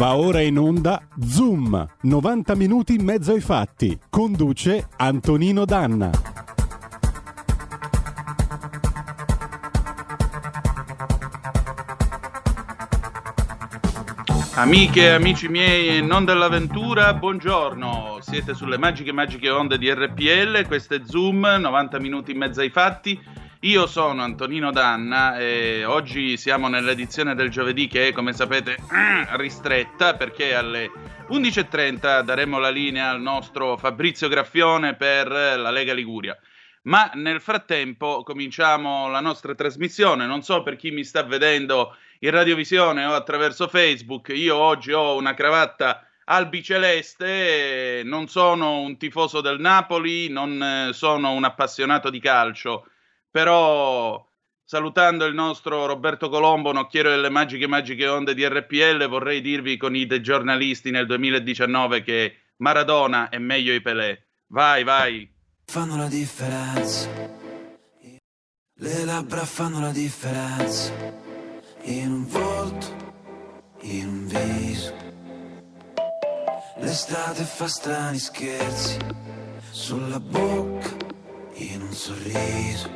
Va ora in onda Zoom, 90 minuti in mezzo ai fatti. Conduce Antonino Danna. Amiche e amici miei e non dell'avventura, buongiorno. Siete sulle magiche onde di RPL, questo è Zoom, 90 minuti in mezzo ai fatti. Io sono Antonino Danna e oggi siamo nell'edizione del giovedì che è, come sapete, ristretta, perché alle 11.30 daremo la linea al nostro Fabrizio Graffione per la Lega Liguria. Ma nel frattempo cominciamo la nostra trasmissione. Non so per chi mi sta vedendo in radiovisione o attraverso Facebook, io oggi ho una cravatta albiceleste, non sono un tifoso del Napoli, non sono un appassionato di calcio, però salutando il nostro Roberto Colombo, nocchiero delle magiche onde di RPL, vorrei dirvi con i giornalisti nel 2019 che Maradona è meglio di Pelé. Vai! Fanno la differenza, le labbra fanno la differenza, in un volto, in un viso. L'estate fa strani scherzi, sulla bocca, in un sorriso.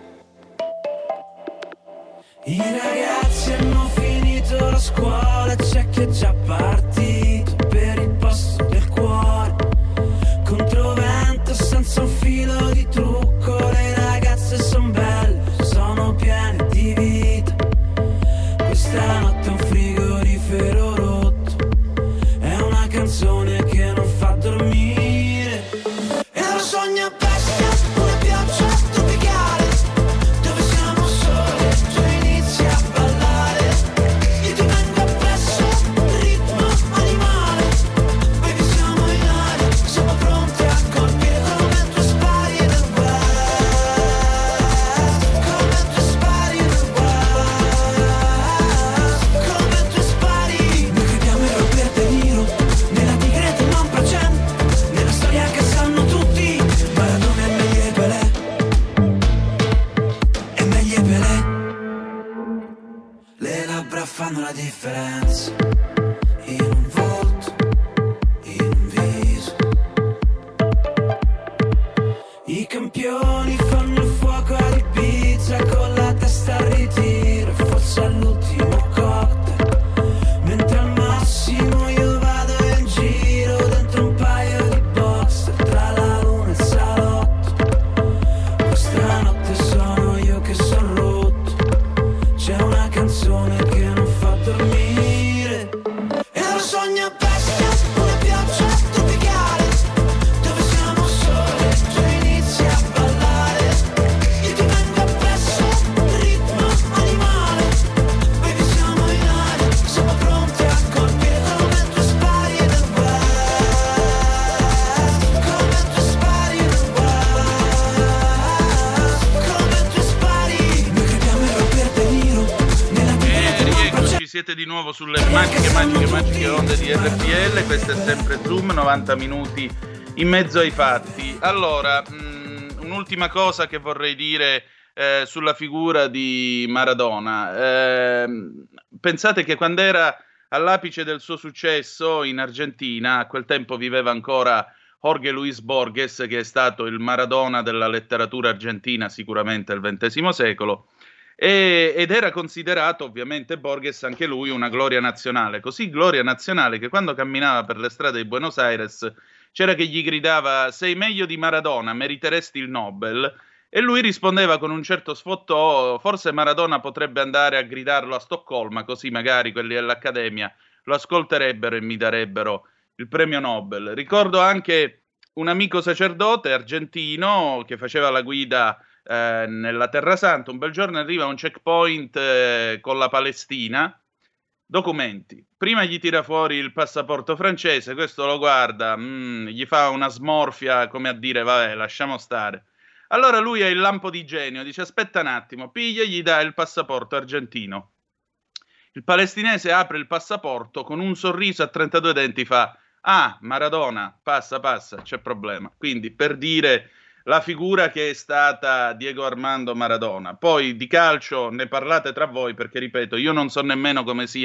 I ragazzi hanno finito la scuola, c'è chi è già partito per il posto del cuore. Controvento senza un filo di trucco, le ragazze son belle, sono piene di vita. Questa notte è un frigorifero rotto, è una canzone che non fa dormire. E lo sogno bestia, una pioggia tropicale, dove siamo soli e tu inizi a ballare. Io ti vengo appresso, ritmo animale, baby siamo in aria, siamo pronti a colpire come tu spari nel west, come tu spari nel west, come tu spari. Noi crediamo in Robert De Niro, nella tigre di non procent, nella storia che sanno tutti, Maradona è meglio di Pelé, è meglio di Pelé. Le labbra fanno la differenza, in un volto, in un viso. I campioni fanno il fuoco a Ibiza, con la testa al ritiro, forse all'ultimo cocktail. Mentre al massimo io vado in giro dentro un paio di boxer, tra la luna e il salotto. Questa notte sono io che son rotto, c'è una canzone che non fa dormire. E lo sogno bestia, una pioggia tropicale, dove siamo soli e tu inizi a ballare. Io ti vengo appresso, ritmo animale, baby siamo in aria, siamo pronti a colpire come tu spari nel west, come tu spari nel west, come tu spari. Noi crediamo in Robert De Niro, nella tigre di non Rieccoci, siete di nuovo sulle magiche onde di RPL, questo è sempre Zoom, 90 minuti in mezzo ai fatti. Allora, un'ultima cosa che vorrei dire sulla figura di Maradona. Pensate che quando era all'apice del suo successo in Argentina, a quel tempo viveva ancora Jorge Luis Borges, che è stato il Maradona della letteratura argentina sicuramente del XX secolo, ed era considerato ovviamente Borges anche lui una gloria nazionale, così gloria nazionale che quando camminava per le strade di Buenos Aires c'era chi gli gridava «Sei meglio di Maradona, meriteresti il Nobel», e lui rispondeva con un certo sfottò «Forse Maradona potrebbe andare a gridarlo a Stoccolma, così magari quelli dell'Accademia lo ascolterebbero e mi darebbero il premio Nobel». Ricordo anche un amico sacerdote argentino che faceva la guida nella Terra Santa. Un bel giorno arriva a un checkpoint con la Palestina, documenti, prima gli tira fuori il passaporto francese, questo lo guarda, gli fa una smorfia come a dire vabbè lasciamo stare. Allora lui ha il lampo di genio, dice aspetta un attimo, piglia e gli dà il passaporto argentino. Il palestinese apre il passaporto, con un sorriso a 32 denti fa ah Maradona, passa, c'è problema. Quindi per dire la figura che è stata Diego Armando Maradona. Poi di calcio ne parlate tra voi, perché ripeto, io non so nemmeno come sia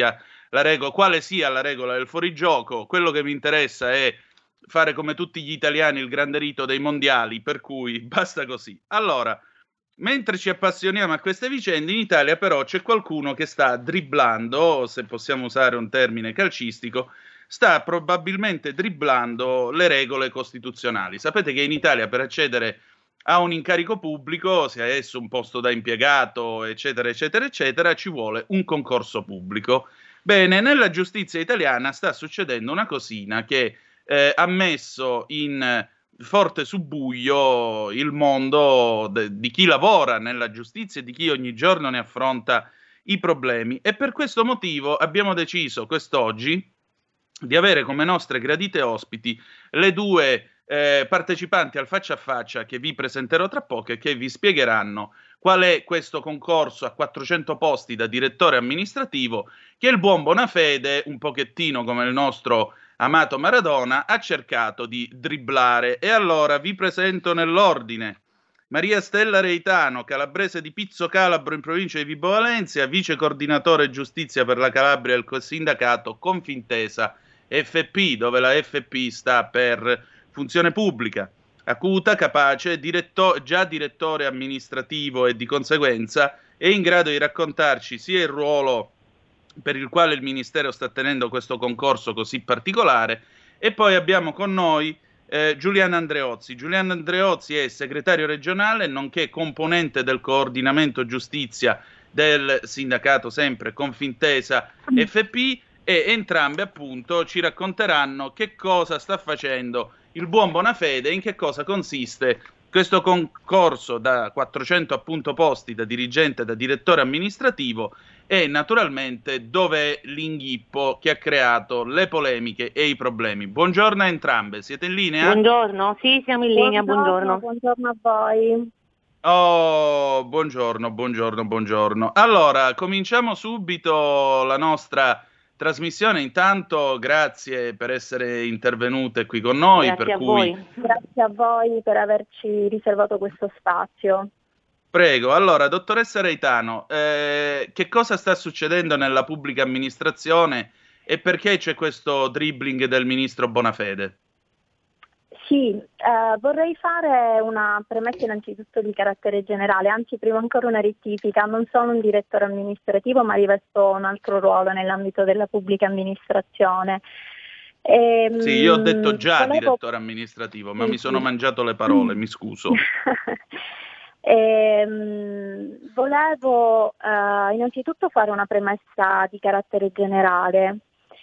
quale sia la regola del fuorigioco. Quello che mi interessa è fare come tutti gli italiani il grande rito dei mondiali, per cui basta così. Allora, mentre ci appassioniamo a queste vicende, in Italia però c'è qualcuno che sta dribblando, se possiamo usare un termine calcistico, sta probabilmente dribblando le regole costituzionali. Sapete che in Italia per accedere a un incarico pubblico, sia esso un posto da impiegato, eccetera, eccetera, eccetera, ci vuole un concorso pubblico. Bene, nella giustizia italiana sta succedendo una cosina che ha messo in forte subbuglio il mondo di chi lavora nella giustizia e di chi ogni giorno ne affronta i problemi. E per questo motivo abbiamo deciso quest'oggi di avere come nostre gradite ospiti le due partecipanti al faccia a faccia che vi presenterò tra poco e che vi spiegheranno qual è questo concorso a 400 posti da direttore amministrativo che il buon Bonafede, un pochettino come il nostro amato Maradona, ha cercato di dribblare. E allora vi presento nell'ordine Maria Stella Reitano, calabrese di Pizzo Calabro in provincia di Vibo Valentia, vice coordinatore giustizia per la Calabria del sindacato Confintesa FP, dove la FP sta per funzione pubblica, acuta, capace, già direttore amministrativo e di conseguenza è in grado di raccontarci sia il ruolo per il quale il Ministero sta tenendo questo concorso così particolare, e poi abbiamo con noi Giuliano Andreozzi. Giuliano Andreozzi è segretario regionale, nonché componente del coordinamento giustizia del sindacato sempre Confintesa FP, e entrambe appunto ci racconteranno che cosa sta facendo il buon Bonafede e in che cosa consiste questo concorso da 400 appunto posti da dirigente, da direttore amministrativo, e naturalmente dov'è l'inghippo che ha creato le polemiche e i problemi. Buongiorno a entrambe, siete in linea? Buongiorno, sì, siamo in linea, buongiorno. Buongiorno a voi. Oh, buongiorno. Allora, cominciamo subito la nostra trasmissione. Intanto grazie per essere intervenute qui con noi. Grazie a voi. Grazie a voi per averci riservato questo spazio. Prego, allora, dottoressa Reitano, che cosa sta succedendo nella pubblica amministrazione e perché c'è questo dribbling del ministro Bonafede? Sì, vorrei fare una premessa innanzitutto di carattere generale, anzi prima ancora una rettifica. Non sono un direttore amministrativo, ma rivesto un altro ruolo nell'ambito della pubblica amministrazione. Sì, io ho detto già direttore amministrativo, ma mi sono mangiato le parole, mi scuso. Volevo innanzitutto fare una premessa di carattere generale.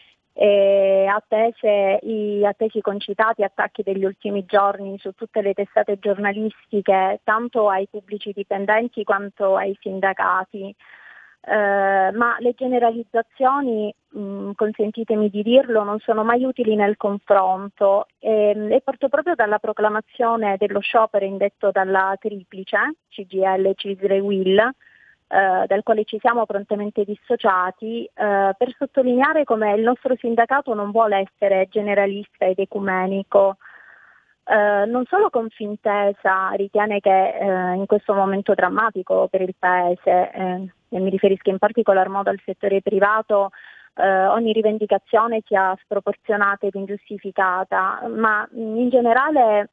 Attesi i concitati attacchi degli ultimi giorni su tutte le testate giornalistiche, tanto ai pubblici dipendenti quanto ai sindacati, ma le generalizzazioni, consentitemi di dirlo, non sono mai utili nel confronto, e parto proprio dalla proclamazione dello sciopero indetto dalla triplice, CGIL, CISL e UIL, dal quale ci siamo prontamente dissociati, per sottolineare come il nostro sindacato non vuole essere generalista ed ecumenico. Non solo Confintesa ritiene che in questo momento drammatico per il Paese, e mi riferisco in particolar modo al settore privato, ogni rivendicazione sia sproporzionata ed ingiustificata, ma in generale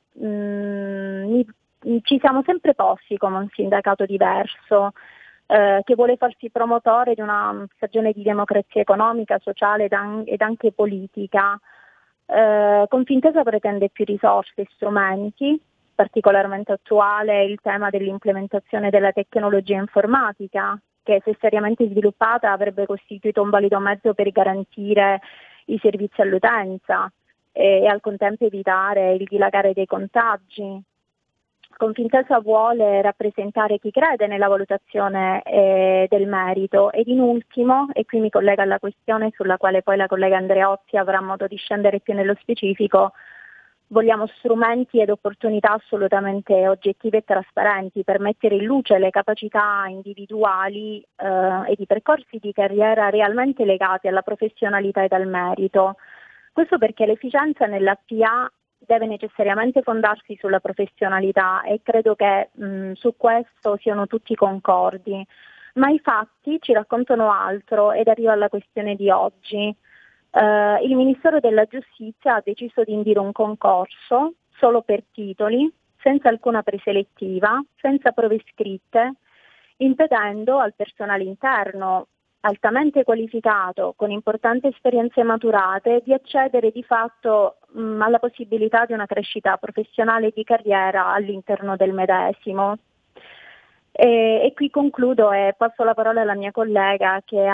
ci siamo sempre posti come un sindacato diverso, che vuole farsi promotore di una stagione di democrazia economica, sociale ed anche politica. Confintesa pretende più risorse e strumenti. Particolarmente attuale il tema dell'implementazione della tecnologia informatica, che se seriamente sviluppata avrebbe costituito un valido mezzo per garantire i servizi all'utenza e al contempo evitare il dilagare dei contagi. Confintesa vuole rappresentare chi crede nella valutazione del merito, ed in ultimo, e qui mi collego alla questione sulla quale poi la collega Andreozzi avrà modo di scendere più nello specifico, vogliamo strumenti ed opportunità assolutamente oggettive e trasparenti per mettere in luce le capacità individuali e i percorsi di carriera realmente legati alla professionalità ed al merito. Questo perché l'efficienza nella PA deve necessariamente fondarsi sulla professionalità, e credo che su questo siano tutti concordi. Ma i fatti ci raccontano altro ed arriva alla questione di oggi. Il Ministero della Giustizia ha deciso di indire un concorso solo per titoli, senza alcuna preselettiva, senza prove scritte, impedendo al personale interno altamente qualificato, con importanti esperienze maturate, di accedere di fatto alla possibilità di una crescita professionale e di carriera all'interno del medesimo. E qui concludo e passo la parola alla mia collega che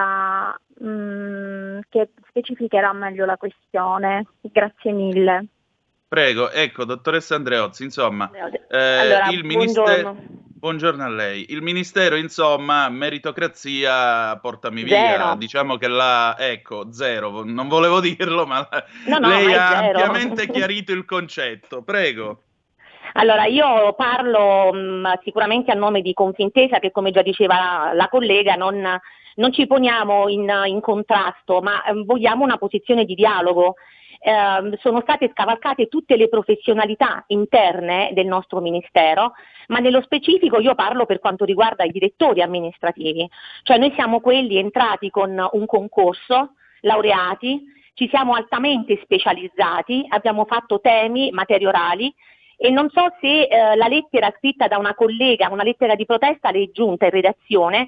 specificherà meglio la questione. Grazie mille. Prego, ecco, dottoressa Andreozzi, insomma, Allora, il Ministero... buongiorno. Buongiorno a lei. Il Ministero, insomma, meritocrazia, portami via. Zero. Diciamo che ecco, zero. Non volevo dirlo, ma No, lei ma è ha zero. ampiamente chiarito il concetto. Prego. Allora, io parlo sicuramente a nome di Confintesa, che come già diceva la collega non ci poniamo in contrasto, ma vogliamo una posizione di dialogo. Sono state scavalcate tutte le professionalità interne del nostro Ministero, ma nello specifico io parlo per quanto riguarda i direttori amministrativi, cioè noi siamo quelli entrati con un concorso, laureati, ci siamo altamente specializzati, abbiamo fatto temi, materie orali, e non so se la lettera scritta da una collega, una lettera di protesta, le è giunta in redazione.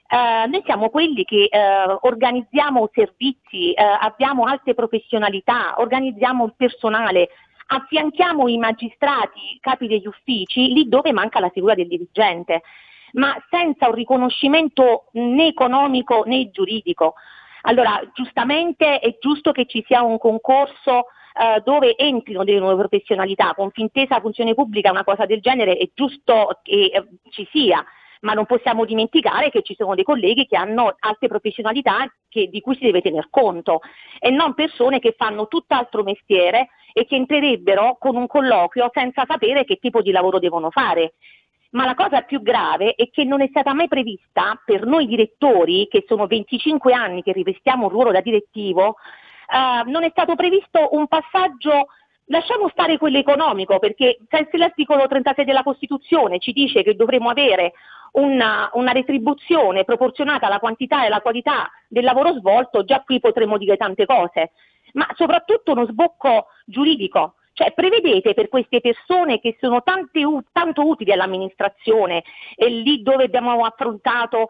Noi siamo quelli che organizziamo servizi, abbiamo alte professionalità, organizziamo il personale, affianchiamo i magistrati, capi degli uffici, lì dove manca la figura del dirigente, ma senza un riconoscimento né economico né giuridico. Allora, giustamente è giusto che ci sia un concorso dove entrino delle nuove professionalità. Confintesa funzione pubblica, una cosa del genere è giusto che ci sia, ma non possiamo dimenticare che ci sono dei colleghi che hanno alte professionalità di cui si deve tener conto, e non persone che fanno tutt'altro mestiere e che entrerebbero con un colloquio senza sapere che tipo di lavoro devono fare. Ma la cosa più grave è che non è stata mai prevista per noi direttori, che sono 25 anni che rivestiamo un ruolo da direttivo, non è stato previsto un passaggio. Lasciamo stare quello economico, perché se l'articolo 36 della Costituzione ci dice che dovremo avere una retribuzione proporzionata alla quantità e alla qualità del lavoro svolto, già qui potremo dire tante cose, ma soprattutto uno sbocco giuridico. Cioè prevedete per queste persone che sono tanto utili all'amministrazione, e lì dove abbiamo affrontato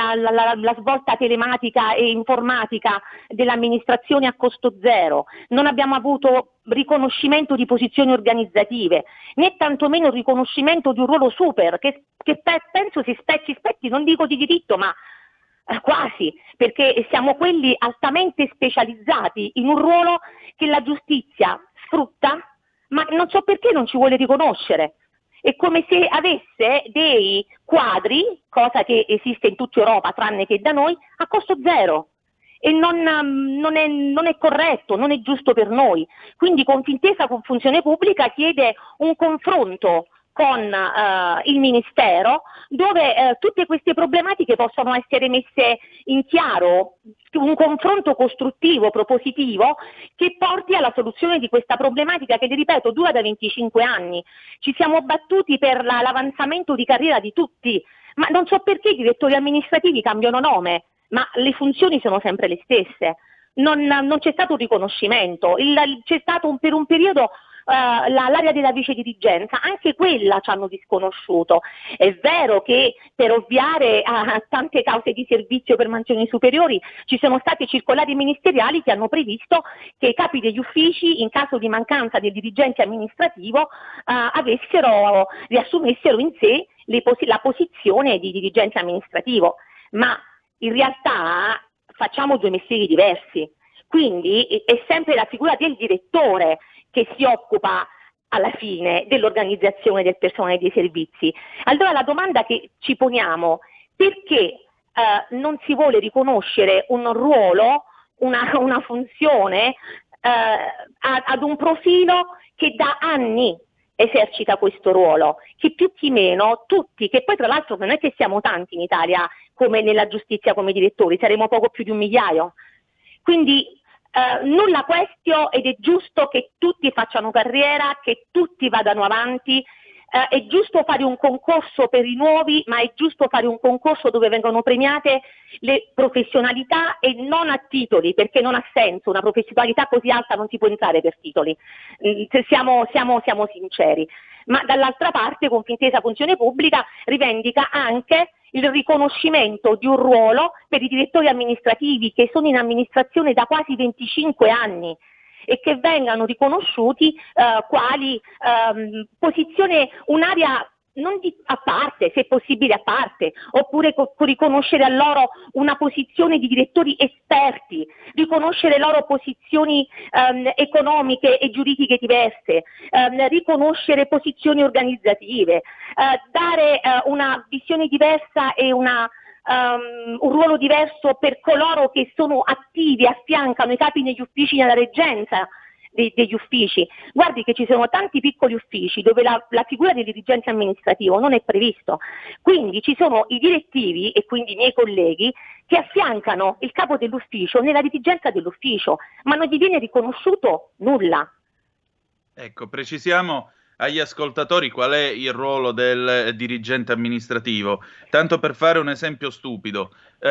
la svolta telematica e informatica dell'amministrazione a costo zero, non abbiamo avuto riconoscimento di posizioni organizzative, né tantomeno riconoscimento di un ruolo super che penso ci spetti, non dico di diritto, ma quasi, perché siamo quelli altamente specializzati in un ruolo che la giustizia sfrutta, ma non so perché non ci vuole riconoscere. È come se avesse dei quadri, cosa che esiste in tutta Europa tranne che da noi, a costo zero. E non è corretto, non è giusto per noi. Quindi Confintesa con Funzione Pubblica chiede un confronto con il Ministero, dove tutte queste problematiche possono essere messe in chiaro, un confronto costruttivo, propositivo, che porti alla soluzione di questa problematica che, ripeto, dura da 25 anni. Ci siamo battuti per l'avanzamento di carriera di tutti, ma non so perché i direttori amministrativi cambiano nome, ma le funzioni sono sempre le stesse. Non c'è stato un riconoscimento, c'è stato per un periodo l'area della vice dirigenza, anche quella ci hanno disconosciuto. È vero che per ovviare a tante cause di servizio per mansioni superiori ci sono state circolari ministeriali che hanno previsto che i capi degli uffici, in caso di mancanza del dirigente amministrativo, riassumessero in sé la posizione di dirigente amministrativo, ma in realtà facciamo due mestieri diversi, quindi è sempre la figura del direttore che si occupa alla fine dell'organizzazione del personale dei servizi. Allora la domanda che ci poniamo: perché non si vuole riconoscere un ruolo, una funzione ad un profilo che da anni esercita questo ruolo, che più chi meno tutti, che poi tra l'altro non è che siamo tanti in Italia come nella giustizia come direttori, saremo poco più di 1 migliaio. Quindi nulla questio, ed è giusto che tutti facciano carriera, che tutti vadano avanti, È giusto fare un concorso per i nuovi, ma è giusto fare un concorso dove vengono premiate le professionalità e non a titoli, perché non ha senso, una professionalità così alta non si può entrare per titoli, siamo sinceri. Ma dall'altra parte Confintesa Funzione Pubblica rivendica anche il riconoscimento di un ruolo per i direttori amministrativi che sono in amministrazione da quasi 25 anni e che vengano riconosciuti quali posizione, un'area non a parte, se possibile a parte, oppure riconoscere a loro una posizione di direttori esperti, riconoscere loro posizioni economiche e giuridiche diverse, riconoscere posizioni organizzative, dare una visione diversa e un ruolo diverso per coloro che sono attivi, affiancano i capi negli uffici nella reggenza degli uffici. Guardi che ci sono tanti piccoli uffici dove la figura del dirigente amministrativo non è previsto, quindi ci sono i direttivi e quindi i miei colleghi che affiancano il capo dell'ufficio nella dirigenza dell'ufficio, ma non gli viene riconosciuto nulla. Ecco, precisiamo agli ascoltatori qual è il ruolo del dirigente amministrativo. Tanto per fare un esempio stupido,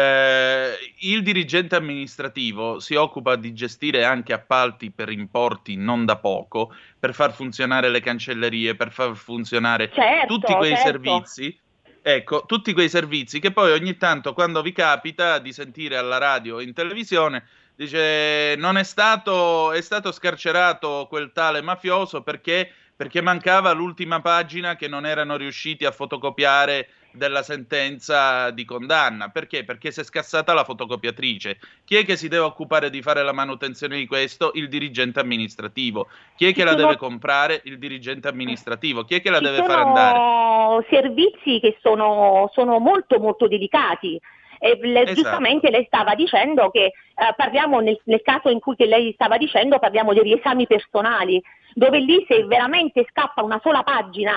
il dirigente amministrativo si occupa di gestire anche appalti per importi non da poco, per far funzionare le cancellerie, per far funzionare tutti quei servizi. Ecco, tutti quei servizi che poi ogni tanto, quando vi capita di sentire alla radio o in televisione, dice è stato scarcerato quel tale mafioso perché mancava l'ultima pagina che non erano riusciti a fotocopiare della sentenza di condanna. Perché? Perché si è scassata la fotocopiatrice. Chi è che si deve occupare di fare la manutenzione di questo? Il dirigente amministrativo. Chi è che la deve comprare? Il dirigente amministrativo. Chi è che la deve fare andare? Sono servizi che sono molto molto delicati. Esatto. Giustamente lei stava dicendo che parliamo nel caso in cui che lei stava dicendo, parliamo degli esami personali, dove lì se veramente scappa una sola pagina,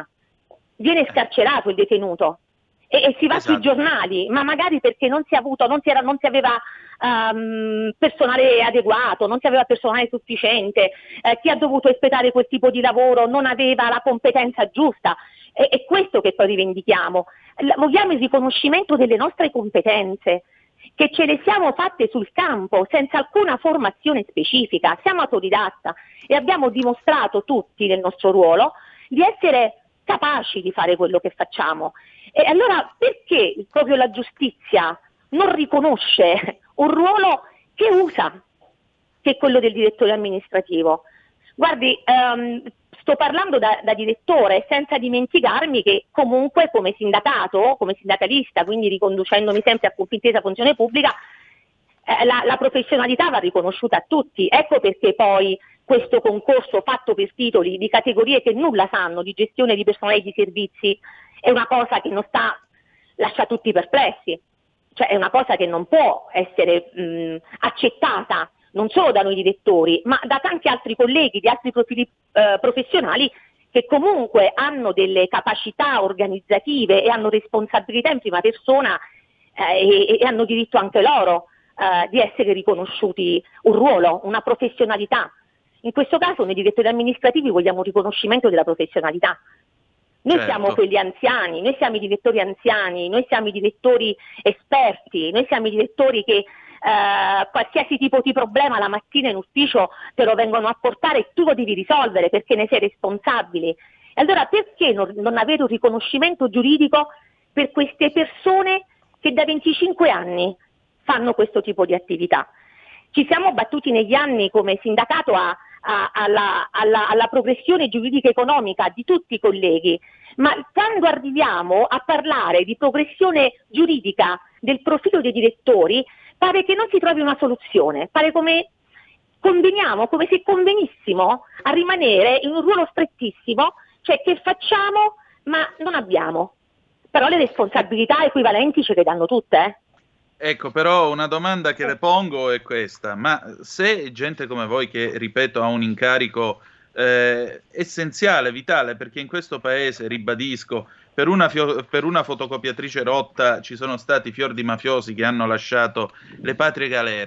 viene scarcerato il detenuto e si va sui giornali, ma magari perché non si aveva personale adeguato, non si aveva personale sufficiente, chi ha dovuto espletare quel tipo di lavoro non aveva la competenza giusta. È questo che poi rivendichiamo. Vogliamo il riconoscimento delle nostre competenze, che ce le siamo fatte sul campo senza alcuna formazione specifica, siamo autodidatta e abbiamo dimostrato tutti nel nostro ruolo di essere capaci di fare quello che facciamo. E allora perché proprio la giustizia non riconosce un ruolo che usa, che è quello del direttore amministrativo? Guardi, sto parlando da direttore, senza dimenticarmi che comunque come sindacato, come sindacalista, quindi riconducendomi sempre a Confintesa Funzione Pubblica, la professionalità va riconosciuta a tutti. Ecco perché poi questo concorso fatto per titoli di categorie che nulla sanno di gestione di personale e di servizi è una cosa che lascia tutti perplessi, cioè è una cosa che non può essere accettata non solo da noi direttori, ma da tanti altri colleghi di altri profili professionali che comunque hanno delle capacità organizzative e hanno responsabilità in prima persona e hanno diritto anche loro di essere riconosciuti un ruolo, una professionalità. In questo caso noi direttori amministrativi vogliamo riconoscimento della professionalità. Noi siamo quelli anziani, noi siamo i direttori anziani, noi siamo i direttori esperti, noi siamo i direttori che qualsiasi tipo di problema la mattina in ufficio te lo vengono a portare e tu lo devi risolvere perché ne sei responsabile. E allora perché non avere un riconoscimento giuridico per queste persone che da 25 anni fanno questo tipo di attività? Ci siamo battuti negli anni come sindacato alla progressione giuridica economica di tutti i colleghi, ma quando arriviamo a parlare di progressione giuridica del profilo dei direttori pare che non si trovi una soluzione, pare come se convenissimo a rimanere in un ruolo strettissimo, cioè che facciamo ma non abbiamo, però le responsabilità equivalenti ce le danno tutte. Ecco, però una domanda che le pongo è questa: ma se gente come voi, che ripeto ha un incarico essenziale, vitale, perché in questo paese, ribadisco, per una fotocopiatrice rotta ci sono stati fior di mafiosi che hanno lasciato le patrie galere,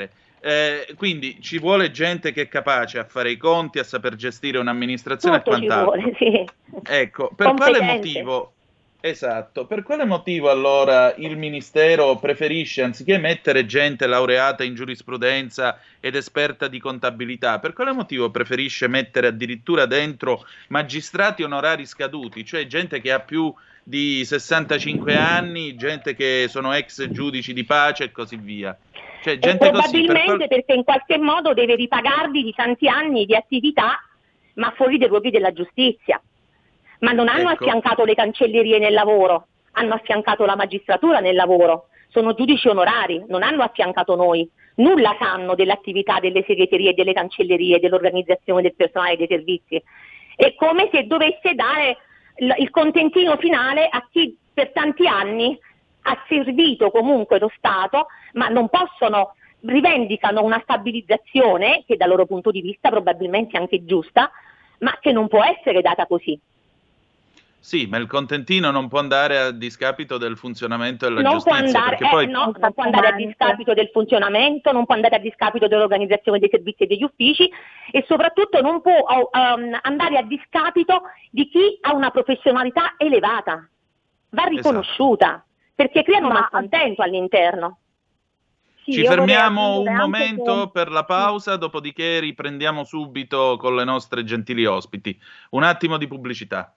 Quindi ci vuole gente che è capace a fare i conti, a saper gestire un'amministrazione Tutto e quant'altro. ci vuole, sì. Ecco, per quale Competente. motivo? Esatto, per quale motivo allora il Ministero preferisce, anziché mettere gente laureata in giurisprudenza ed esperta di contabilità, per quale motivo preferisce mettere addirittura dentro magistrati onorari scaduti, cioè gente che ha più di 65 anni, gente che sono ex giudici di pace e così via? Cioè, E gente così, probabilmente perché in qualche modo deve ripagarli di tanti anni di attività, ma fuori dai luoghi della giustizia. Ma non hanno Ecco. affiancato le cancellerie nel lavoro, hanno affiancato la magistratura nel lavoro, sono giudici onorari, non hanno affiancato noi, nulla sanno dell'attività delle segreterie, delle cancellerie, dell'organizzazione del personale dei servizi. È come se dovesse dare il contentino finale a chi per tanti anni ha servito comunque lo Stato, ma non possono, rivendicano una stabilizzazione che dal loro punto di vista probabilmente è anche giusta, ma che non può essere data così. sì, ma il contentino non può andare a discapito del funzionamento della Non può giustizia, andare, perché poi non può andare a discapito del funzionamento, non può andare a discapito dell'organizzazione dei servizi e degli uffici e soprattutto non può andare a discapito di chi ha una professionalità elevata. Va riconosciuta, perché creano malcontento all'interno. Sì, ci io vorrei fermiamo un aggiungere anche momento che- per la pausa, dopodiché riprendiamo subito con le nostre gentili ospiti. Un attimo di pubblicità.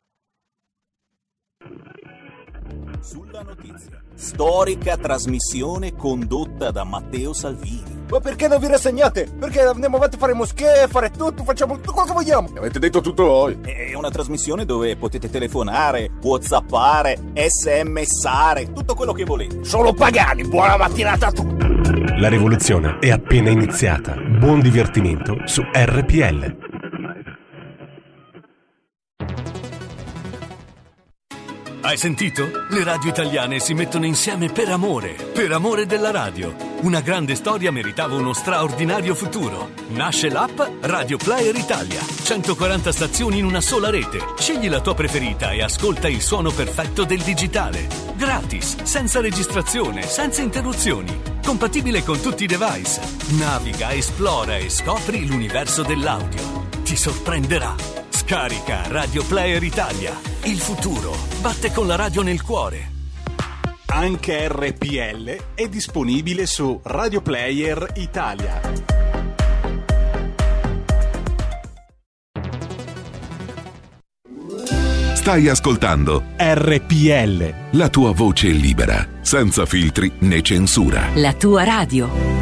Sulla notizia. Storica trasmissione condotta da Matteo Salvini. Ma perché non vi rassegnate? Perché andiamo avanti a fare moschee, fare tutto, facciamo tutto quello che vogliamo. Avete detto tutto voi. È una trasmissione dove potete telefonare, whatsappare, smsare, tutto quello che volete. Solo pagani, buona mattinata a tutti. La rivoluzione è appena iniziata. Buon divertimento su RPL. Hai sentito? Le radio italiane si mettono insieme per amore della radio. Una grande storia meritava uno straordinario futuro. Nasce l'app Radio Player Italia. 140 stazioni in una sola rete. Scegli la tua preferita e ascolta il suono perfetto del digitale. Gratis, senza registrazione, senza interruzioni. Compatibile con tutti i device. Naviga, esplora e scopri l'universo dell'audio. Ti sorprenderà. Scarica Radio Player Italia. Il futuro batte con la radio nel cuore. Anche RPL è disponibile su Radio Player Italia. Stai ascoltando RPL. la tua voce libera, senza filtri né censura. La tua radio.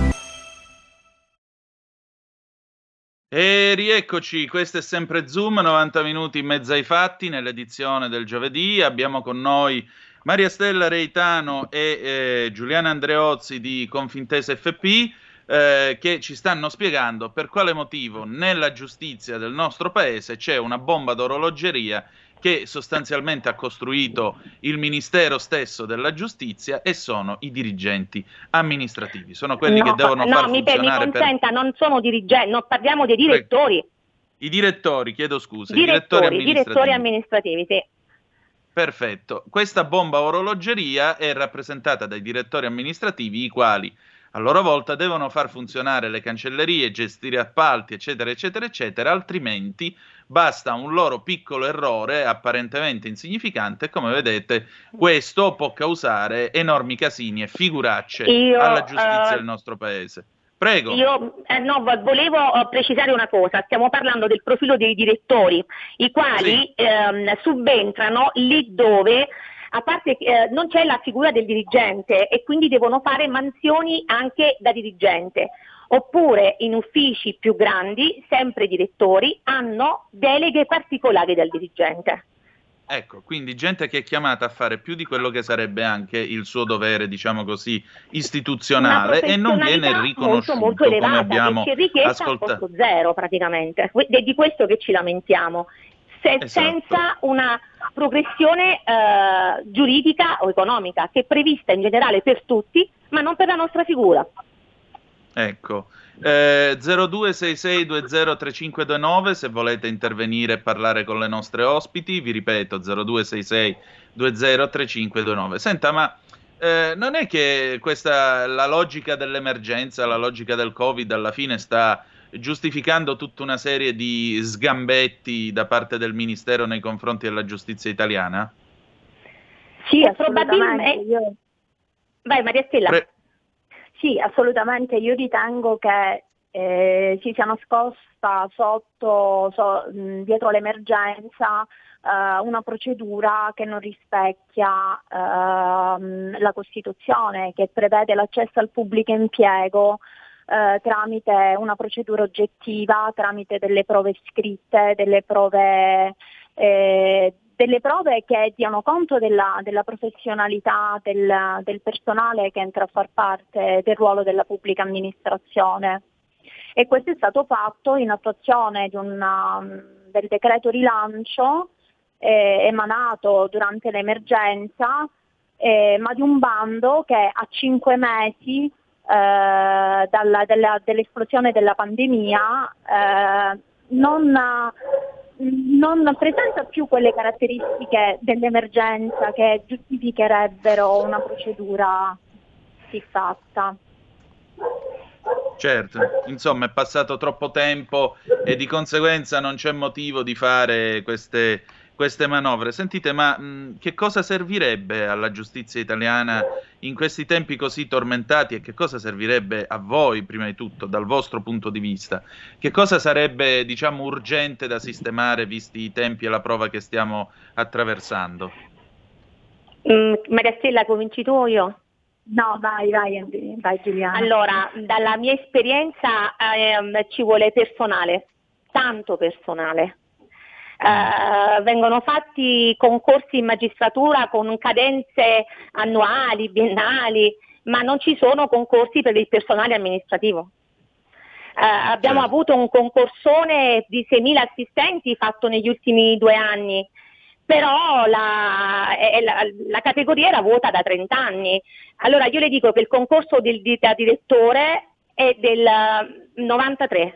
E rieccoci, questo è sempre Zoom, 90 minuti in mezzo ai fatti, nell'edizione del giovedì. Abbiamo con noi Maria Stella Reitano e Giuliana Andreozzi di Confintesa FP, che ci stanno spiegando per quale motivo nella giustizia del nostro paese c'è una bomba d'orologeria che sostanzialmente ha costruito il Ministero stesso della giustizia e sono i dirigenti amministrativi, sono quelli che devono far funzionare mi consenta, non sono dirigenti, no, parliamo dei direttori. I direttori, chiedo scusa, Direttori amministrativi, sì. Perfetto. Questa bomba orologeria è rappresentata dai direttori amministrativi, i quali a loro volta devono far funzionare le cancellerie, gestire appalti, eccetera, eccetera, eccetera, altrimenti basta un loro piccolo errore apparentemente insignificante. Come vedete, questo può causare enormi casini e figuracce alla giustizia del nostro paese. Prego. Volevo precisare una cosa, stiamo parlando del profilo dei direttori, i quali subentrano lì dove, a parte non c'è la figura del dirigente e quindi devono fare mansioni anche da dirigente, oppure in uffici più grandi, sempre direttori, hanno deleghe particolari dal dirigente. Ecco, quindi gente che è chiamata a fare più di quello che sarebbe anche il suo dovere, diciamo così, istituzionale e non viene riconosciuto, molto elevata, come abbiamo che c'è richiesta ascoltato. a costo zero praticamente, è di questo che ci lamentiamo, senza una progressione giuridica o economica che è prevista in generale per tutti, ma non per la nostra figura. Ecco, 0266203529 se volete intervenire e parlare con le nostre ospiti, vi ripeto 0266203529. Senta, ma non è che la logica dell'emergenza, la logica del Covid alla fine sta giustificando tutta una serie di sgambetti da parte del Ministero nei confronti della giustizia italiana? Sì, probabilmente. Vai Maria Stella. Sì, assolutamente. Io ritengo che si sia nascosta dietro l'emergenza una procedura che non rispecchia la Costituzione, che prevede l'accesso al pubblico impiego tramite una procedura oggettiva, tramite delle prove scritte, delle prove che diano conto della professionalità del personale che entra a far parte del ruolo della pubblica amministrazione. E questo è stato fatto in attuazione del decreto rilancio emanato durante l'emergenza, ma di un bando che a 5 mesi dell'esplosione della pandemia non presenta più quelle caratteristiche dell'emergenza che giustificherebbero una procedura siffatta. Certo, insomma è passato troppo tempo e di conseguenza non c'è motivo di fare queste manovre. Sentite, ma che cosa servirebbe alla giustizia italiana in questi tempi così tormentati, e che cosa servirebbe a voi, prima di tutto, dal vostro punto di vista? Che cosa sarebbe, diciamo, urgente da sistemare, visti i tempi e la prova che stiamo attraversando? Maria Stella, cominci tu o io? No, vai Giuliana. Allora, dalla mia esperienza ci vuole personale, tanto personale. Vengono fatti concorsi in magistratura con cadenze annuali, biennali, ma non ci sono concorsi per il personale amministrativo. Abbiamo avuto un concorsone di 6.000 assistenti fatto negli ultimi 2 anni, però la categoria era vuota da 30 anni. Allora io le dico che il concorso da direttore è del 93.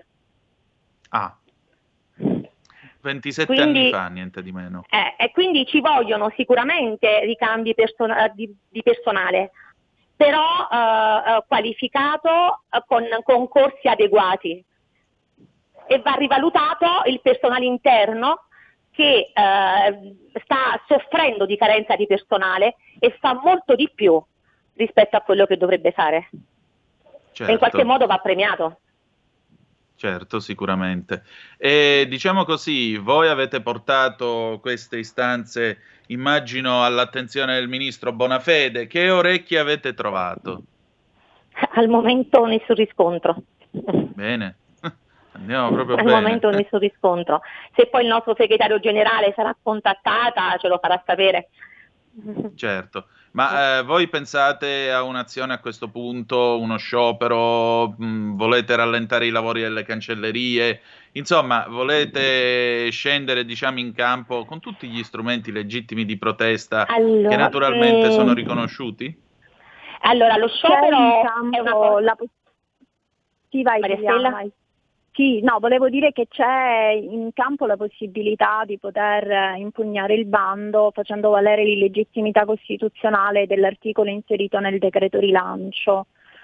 27 anni fa, niente di meno. E quindi ci vogliono sicuramente ricambi di personale, però qualificato con concorsi adeguati, e va rivalutato il personale interno che sta soffrendo di carenza di personale e fa molto di più rispetto a quello che dovrebbe fare. Certo. E in qualche modo va premiato. Certo, sicuramente. E diciamo così, voi avete portato queste istanze, immagino, all'attenzione del ministro Bonafede. Che orecchie avete trovato? Al momento nessun riscontro. Bene, andiamo proprio Al bene. momento nessun riscontro. Se poi il nostro segretario generale sarà contattata, ce lo farà sapere. Certo, ma voi pensate a un'azione a questo punto, uno sciopero, volete rallentare i lavori delle cancellerie, insomma volete scendere, diciamo, in campo con tutti gli strumenti legittimi di protesta che naturalmente sono riconosciuti? Allora, lo sciopero è una cosa... Sì, vai, Maria Stella? Sì, no, volevo dire che c'è in campo la possibilità di poter impugnare il bando facendo valere l'illegittimità costituzionale dell'articolo inserito nel decreto rilancio.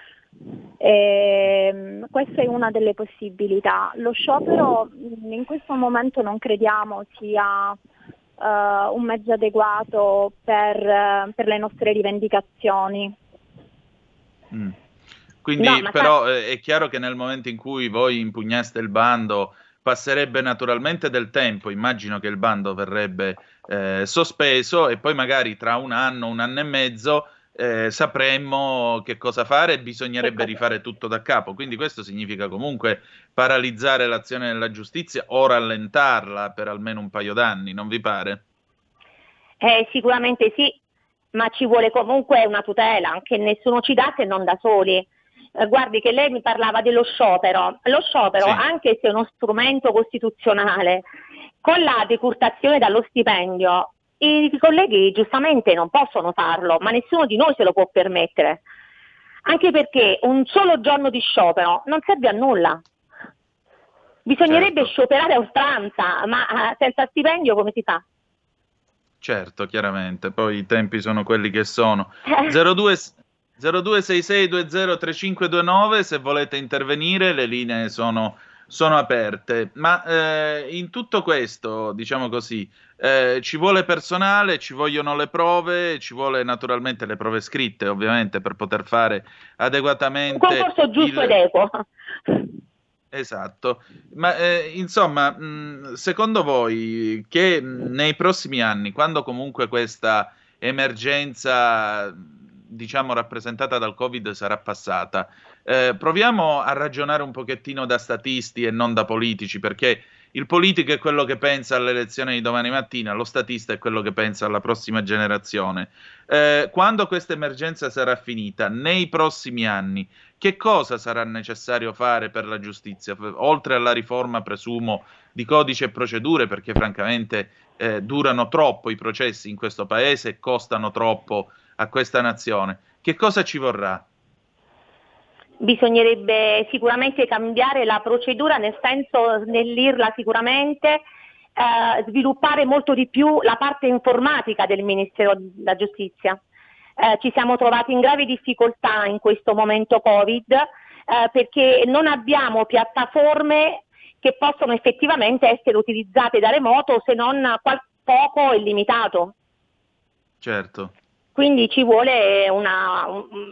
Questa è una delle possibilità. Lo sciopero in questo momento non crediamo sia un mezzo adeguato per le nostre rivendicazioni. Quindi però è chiaro che nel momento in cui voi impugnaste il bando passerebbe naturalmente del tempo, immagino che il bando verrebbe sospeso e poi magari tra un anno e mezzo sapremmo che cosa fare e bisognerebbe rifare tutto da capo. Quindi questo significa comunque paralizzare l'azione della giustizia o rallentarla per almeno un paio d'anni, non vi pare? Sicuramente sì, ma ci vuole comunque una tutela che nessuno ci dà se non da soli. Guardi che lei mi parlava dello sciopero. Lo sciopero, sì, anche se è uno strumento costituzionale, con la decurtazione dallo stipendio, i colleghi giustamente non possono farlo, ma nessuno di noi se lo può permettere. Anche perché un solo giorno di sciopero non serve a nulla. Bisognerebbe scioperare a oltranza, ma senza stipendio come si fa? Certo, chiaramente, poi i tempi sono quelli che sono. 0266203529, se volete intervenire, le linee sono aperte. Ma in tutto questo, diciamo così, ci vuole personale, ci vogliono le prove, ci vuole naturalmente le prove scritte, ovviamente, per poter fare adeguatamente un concorso giusto ed equo. Esatto, ma insomma, secondo voi che nei prossimi anni, quando comunque questa emergenza, diciamo, rappresentata dal Covid sarà passata, proviamo a ragionare un pochettino da statisti e non da politici, perché il politico è quello che pensa alle elezioni di domani mattina, lo statista è quello che pensa alla prossima generazione. Quando questa emergenza sarà finita, nei prossimi anni, che cosa sarà necessario fare per la giustizia? Oltre alla riforma, presumo, di codice e procedure, perché francamente durano troppo i processi in questo paese e costano troppo a questa nazione. Che cosa ci vorrà? Bisognerebbe sicuramente cambiare la procedura, nel senso snellirla sicuramente, sviluppare molto di più la parte informatica del Ministero della Giustizia. Ci siamo trovati in gravi difficoltà in questo momento Covid, perché non abbiamo piattaforme che possono effettivamente essere utilizzate da remoto, se non poco e limitato. Certo. Quindi ci vuole una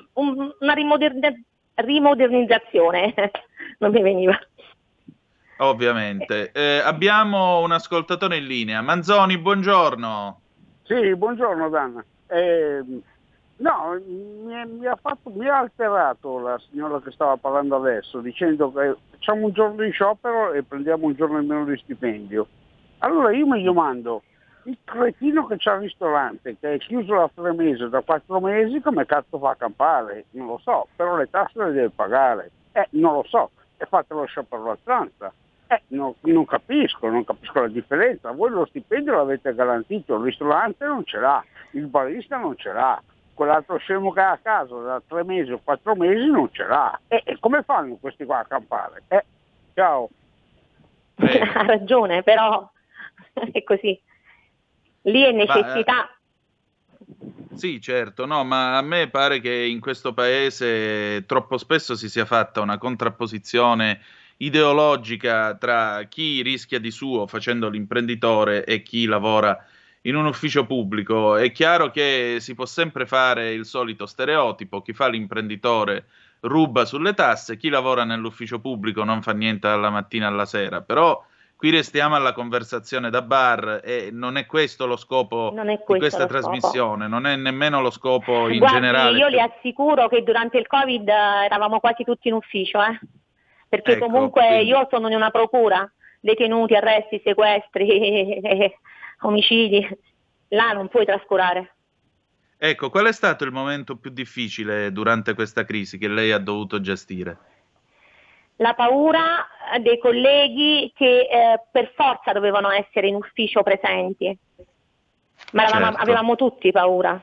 rimodernizzazione, non mi veniva. Ovviamente. Abbiamo un ascoltatore in linea. Manzoni, buongiorno. Sì, buongiorno Danna. No, mi ha alterato la signora che stava parlando adesso, dicendo che facciamo un giorno di sciopero e prendiamo un giorno in meno di stipendio. Allora io mi domando, il cretino che c'ha il ristorante, che è chiuso da 3 mesi, da 4 mesi, come cazzo fa a campare? Non lo so, però le tasse le deve pagare. Non lo so, e fate lo sciopero all'altranza. Non capisco la differenza. Voi lo stipendio l'avete garantito, il ristorante non ce l'ha, il barista non ce l'ha, quell'altro scemo che è a casa da 3 mesi o 4 mesi non ce l'ha. E come fanno questi qua a campare? Ciao. Ha ragione, però è così. Lì è necessità. Sì, certo, no, ma a me pare che in questo paese troppo spesso si sia fatta una contrapposizione ideologica tra chi rischia di suo facendo l'imprenditore e chi lavora in un ufficio pubblico. È chiaro che si può sempre fare il solito stereotipo: chi fa l'imprenditore ruba sulle tasse, chi lavora nell'ufficio pubblico non fa niente dalla mattina alla sera, però qui restiamo alla conversazione da bar e non è questo lo scopo di questa trasmissione, non è nemmeno lo scopo in generale. Io le assicuro che durante il Covid eravamo quasi tutti in ufficio, perché ecco, comunque quindi io sono in una procura, detenuti, arresti, sequestri, omicidi, là non puoi trascurare. Ecco, qual è stato il momento più difficile durante questa crisi che lei ha dovuto gestire? La paura dei colleghi che per forza dovevano essere in ufficio presenti, ma Certo. avevamo tutti paura.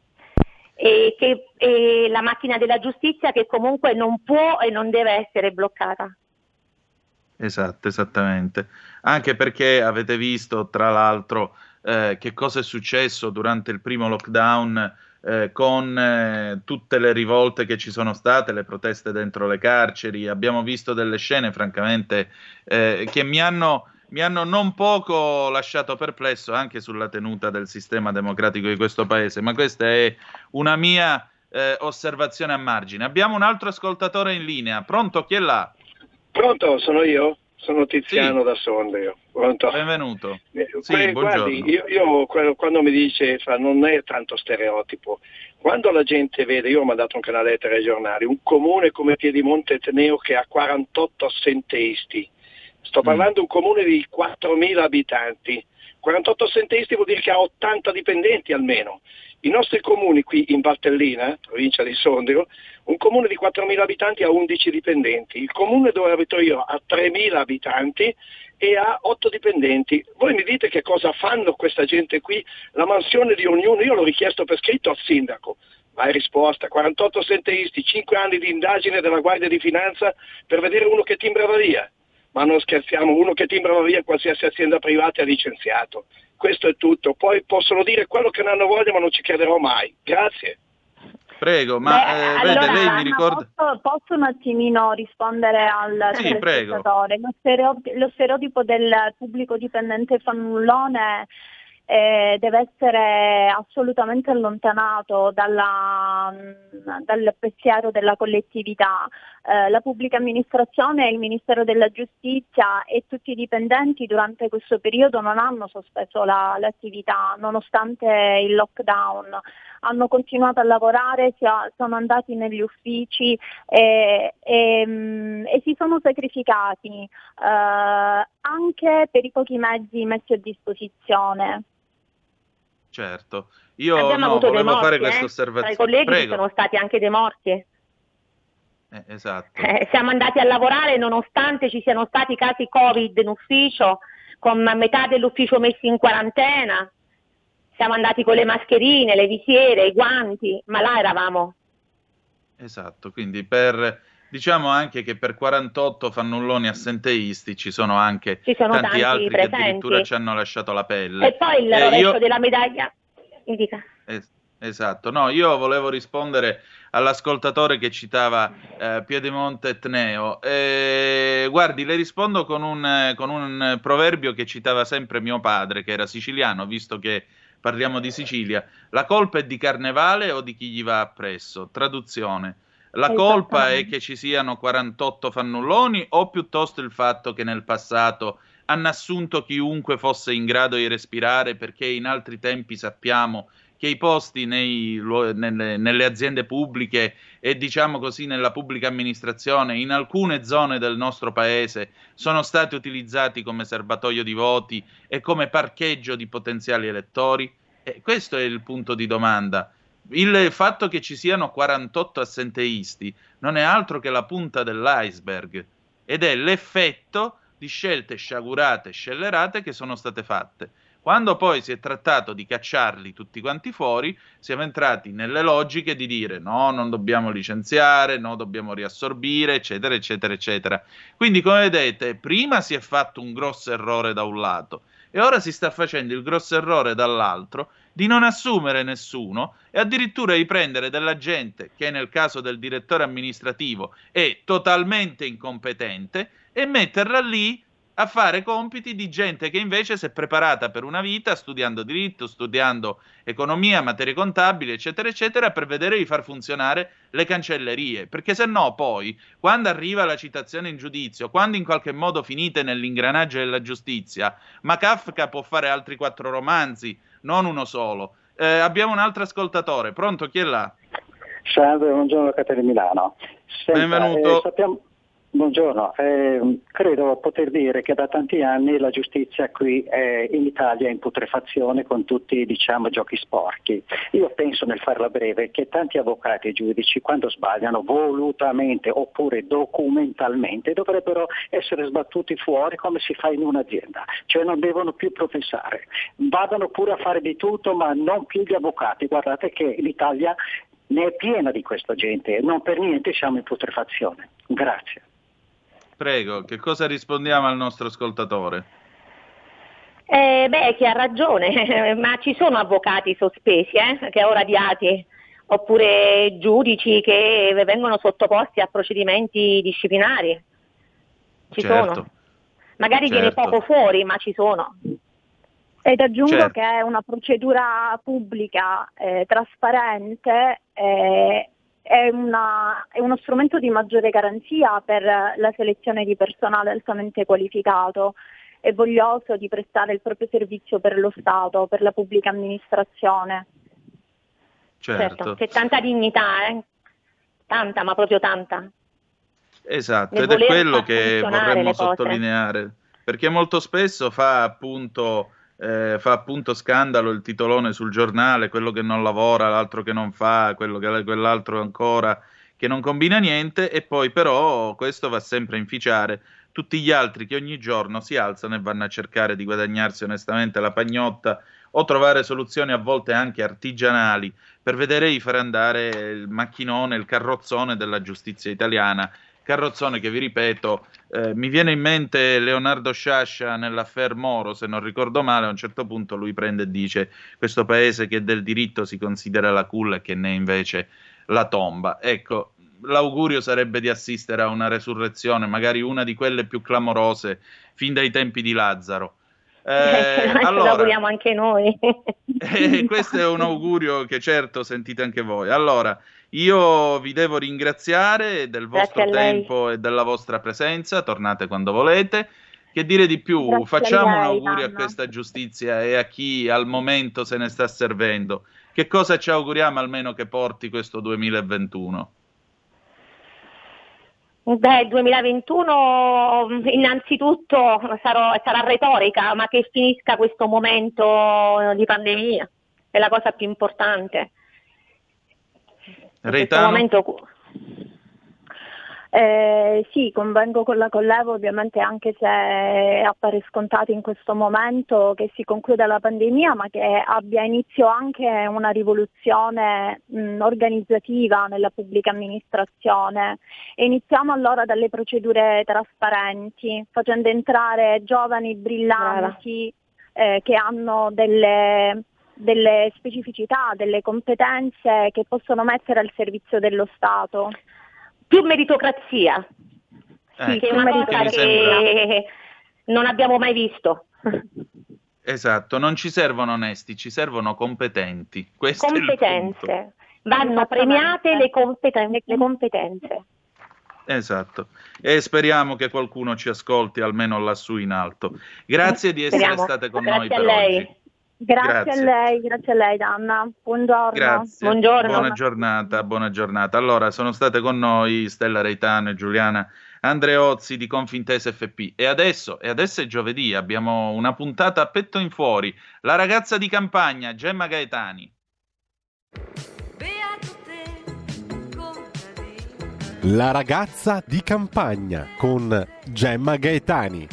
E la macchina della giustizia che comunque non può e non deve essere bloccata. Esatto, esattamente. Anche perché avete visto, tra l'altro, che cosa è successo durante il primo lockdown con tutte le rivolte che ci sono state, le proteste dentro le carceri. Abbiamo visto delle scene, francamente, che mi hanno non poco lasciato perplesso anche sulla tenuta del sistema democratico di questo paese, ma questa è una mia osservazione a margine. Abbiamo un altro ascoltatore in linea. Pronto? Chi è là? Pronto, sono io? Sono Tiziano da Sondrio. Pronto? Benvenuto. Sì, guardi, io quando mi dice, non è tanto stereotipo, quando la gente vede, io ho mandato un canalletto ai giornali, un comune come Piedimonte Etneo che ha 48 assenteisti, sto parlando di un comune di 4.000 abitanti, 48 assenteisti vuol dire che ha 80 dipendenti almeno. I nostri comuni qui in Valtellina, provincia di Sondrio, un comune di 4.000 abitanti ha 11 dipendenti, il comune dove abito io ha 3.000 abitanti e ha 8 dipendenti. Voi mi dite che cosa fanno questa gente qui? La mansione di ognuno, io l'ho richiesto per scritto al sindaco, ma è risposta, 48 assenteisti, 5 anni di indagine della Guardia di Finanza per vedere uno che timbrava via. Ma non scherziamo, uno che timbrava via qualsiasi azienda privata è licenziato. Questo è tutto. Poi possono dire quello che ne hanno voglia, ma non ci crederò mai. Grazie. Prego, ma vede, allora, lei mi ricorda... Posso un attimino rispondere al Sì, prego. telespettatore? Lo stereotipo del pubblico dipendente fannullone deve essere assolutamente allontanato dal pensiero della collettività. La pubblica amministrazione, il Ministero della Giustizia e tutti i dipendenti durante questo periodo non hanno sospeso l'attività nonostante il lockdown. Hanno continuato a lavorare, sono andati negli uffici e si sono sacrificati anche per i pochi mezzi messi a disposizione. Certo, io Abbiamo avuto volevo dei morti, fare questa osservazione. Tra i colleghi ci Prego. sono stati anche dei morti. Esatto. Siamo andati a lavorare nonostante ci siano stati casi Covid in ufficio, con metà dell'ufficio messi in quarantena. Siamo andati con le mascherine, le visiere, i guanti, ma là eravamo. Esatto, quindi diciamo anche che per 48 fannulloni assenteisti ci sono anche tanti altri presenti. che addirittura ci hanno lasciato la pelle. E poi il rovescio della medaglia. Indica. Esatto, no, io volevo rispondere all'ascoltatore che citava Piedemonte et Neo. Guardi, le rispondo con un proverbio che citava sempre mio padre, che era siciliano, visto che parliamo di Sicilia. La colpa è di Carnevale o di chi gli va appresso? Traduzione. La colpa è che ci siano 48 fannulloni o piuttosto il fatto che nel passato hanno assunto chiunque fosse in grado di respirare, perché in altri tempi sappiamo che i posti nelle aziende pubbliche e diciamo così nella pubblica amministrazione in alcune zone del nostro paese sono stati utilizzati come serbatoio di voti e come parcheggio di potenziali elettori? Questo è il punto di domanda. Il fatto che ci siano 48 assenteisti non è altro che la punta dell'iceberg ed è l'effetto di scelte sciagurate e scellerate che sono state fatte. Quando poi si è trattato di cacciarli tutti quanti fuori, siamo entrati nelle logiche di dire no, non dobbiamo licenziare, no, dobbiamo riassorbire, eccetera, eccetera, eccetera. Quindi, come vedete, prima si è fatto un grosso errore da un lato e ora si sta facendo il grosso errore dall'altro di non assumere nessuno e addirittura di prendere della gente che nel caso del direttore amministrativo è totalmente incompetente e metterla lì a fare compiti di gente che invece si è preparata per una vita studiando diritto, studiando economia, materie contabili, eccetera, eccetera, per vedere di far funzionare le cancellerie. Perché se no poi, quando arriva la citazione in giudizio, quando in qualche modo finite nell'ingranaggio della giustizia, ma Kafka può fare altri 4 romanzi, non uno solo. Abbiamo un altro ascoltatore. Pronto? Chi è là? Salve, buongiorno, Caterina Milano. Benvenuto. Buongiorno, credo poter dire che da tanti anni la giustizia qui in Italia è in putrefazione con tutti, diciamo, giochi sporchi. Io penso, nel farla breve, che tanti avvocati e giudici, quando sbagliano volutamente oppure documentalmente, dovrebbero essere sbattuti fuori come si fa in un'azienda, cioè non devono più professare, vadano pure a fare di tutto ma non più gli avvocati. Guardate che l'Italia ne è piena di questa gente, non per niente siamo in putrefazione. Grazie. Prego, che cosa rispondiamo al nostro ascoltatore? Che ha ragione, ma ci sono avvocati sospesi, che ora radiati, oppure giudici che vengono sottoposti a procedimenti disciplinari. Ci sono. Magari viene poco fuori, ma ci sono. Ed aggiungo che è una procedura pubblica, trasparente, è uno strumento di maggiore garanzia per la selezione di personale altamente qualificato e voglioso di prestare il proprio servizio per lo Stato, per la pubblica amministrazione. Certo. C'è tanta dignità, tanta, ma proprio tanta. Esatto, ed è quello che vorremmo sottolineare, perché molto spesso fa appunto scandalo il titolone sul giornale, quello che non lavora, l'altro che non fa, quell'altro ancora che non combina niente, e poi però questo va sempre a inficiare tutti gli altri che ogni giorno si alzano e vanno a cercare di guadagnarsi onestamente la pagnotta o trovare soluzioni a volte anche artigianali per vedere di far andare il macchinone, il carrozzone della giustizia italiana, carrozzone che, vi ripeto, mi viene in mente Leonardo Sciascia nell'affaire Moro, se non ricordo male. A un certo punto lui prende e dice: questo paese che del diritto si considera la culla e che ne è invece la tomba. Ecco, l'augurio sarebbe di assistere a una resurrezione, magari una di quelle più clamorose fin dai tempi di Lazzaro. Allora, lo auguriamo anche noi. Questo è un augurio che certo sentite anche voi. Allora, io vi devo ringraziare del vostro tempo e della vostra presenza. Tornate quando volete. Che dire di più? Grazie Facciamo a lei, un augurio Anna. a questa giustizia e a chi al momento se ne sta servendo. Che cosa ci auguriamo almeno che porti questo 2021? Beh, 2021 innanzitutto sarà retorica, ma che finisca questo momento di pandemia, è la cosa più importante. In questo momento, sì, convengo con la collega, ovviamente, anche se appare scontato in questo momento che si concluda la pandemia, ma che abbia inizio anche una rivoluzione organizzativa nella pubblica amministrazione. E iniziamo allora dalle procedure trasparenti, facendo entrare giovani brillanti che hanno delle specificità, delle competenze che possono mettere al servizio dello Stato. Più meritocrazia, che è una cosa che non abbiamo mai visto. Esatto, non ci servono onesti, ci servono competenti. Questo competenze. È il punto. Vanno premiate le competenze. Esatto, e speriamo che qualcuno ci ascolti almeno lassù in alto. Grazie di essere state con noi per oggi. Grazie a lei Anna, buongiorno. Grazie. Buongiorno. Buona giornata. Allora, sono state con noi Stella Reitano e Giuliana Andreozzi di Confintesa FP. E adesso è giovedì, abbiamo una puntata a petto in fuori. La ragazza di campagna, Gemma Gaetani. La ragazza di campagna con Gemma Gaetani.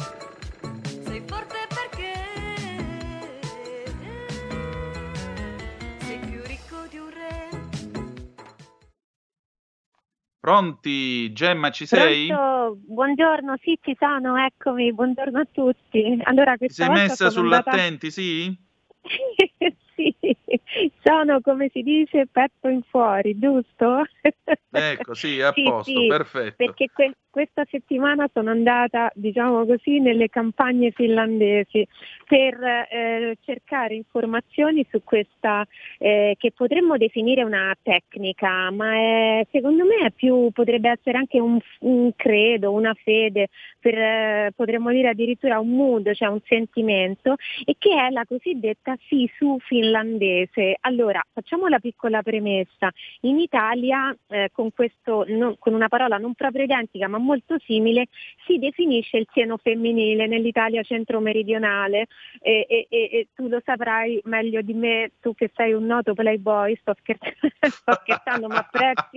Pronti? Gemma, ci sei? Pronto? Buongiorno, sì, ci sono, eccomi, buongiorno a tutti. Allora, Ti sei messa sull'attenti, sì? Sì, sono, come si dice, petto in fuori, giusto? Ecco, sì, a posto, sì, perfetto. Perché questa settimana sono andata, diciamo così, nelle campagne finlandesi per cercare informazioni su questa che potremmo definire una tecnica, ma secondo me potrebbe essere anche un credo, una fede, potremmo dire addirittura un mood, cioè un sentimento, e che è la cosiddetta sisu finlandese. Allora, facciamo la piccola premessa. In Italia, con una parola non proprio identica ma molto simile, si definisce il seno femminile nell'Italia centro-meridionale, e tu lo saprai meglio di me, tu che sei un noto playboy, sto scherzando, ma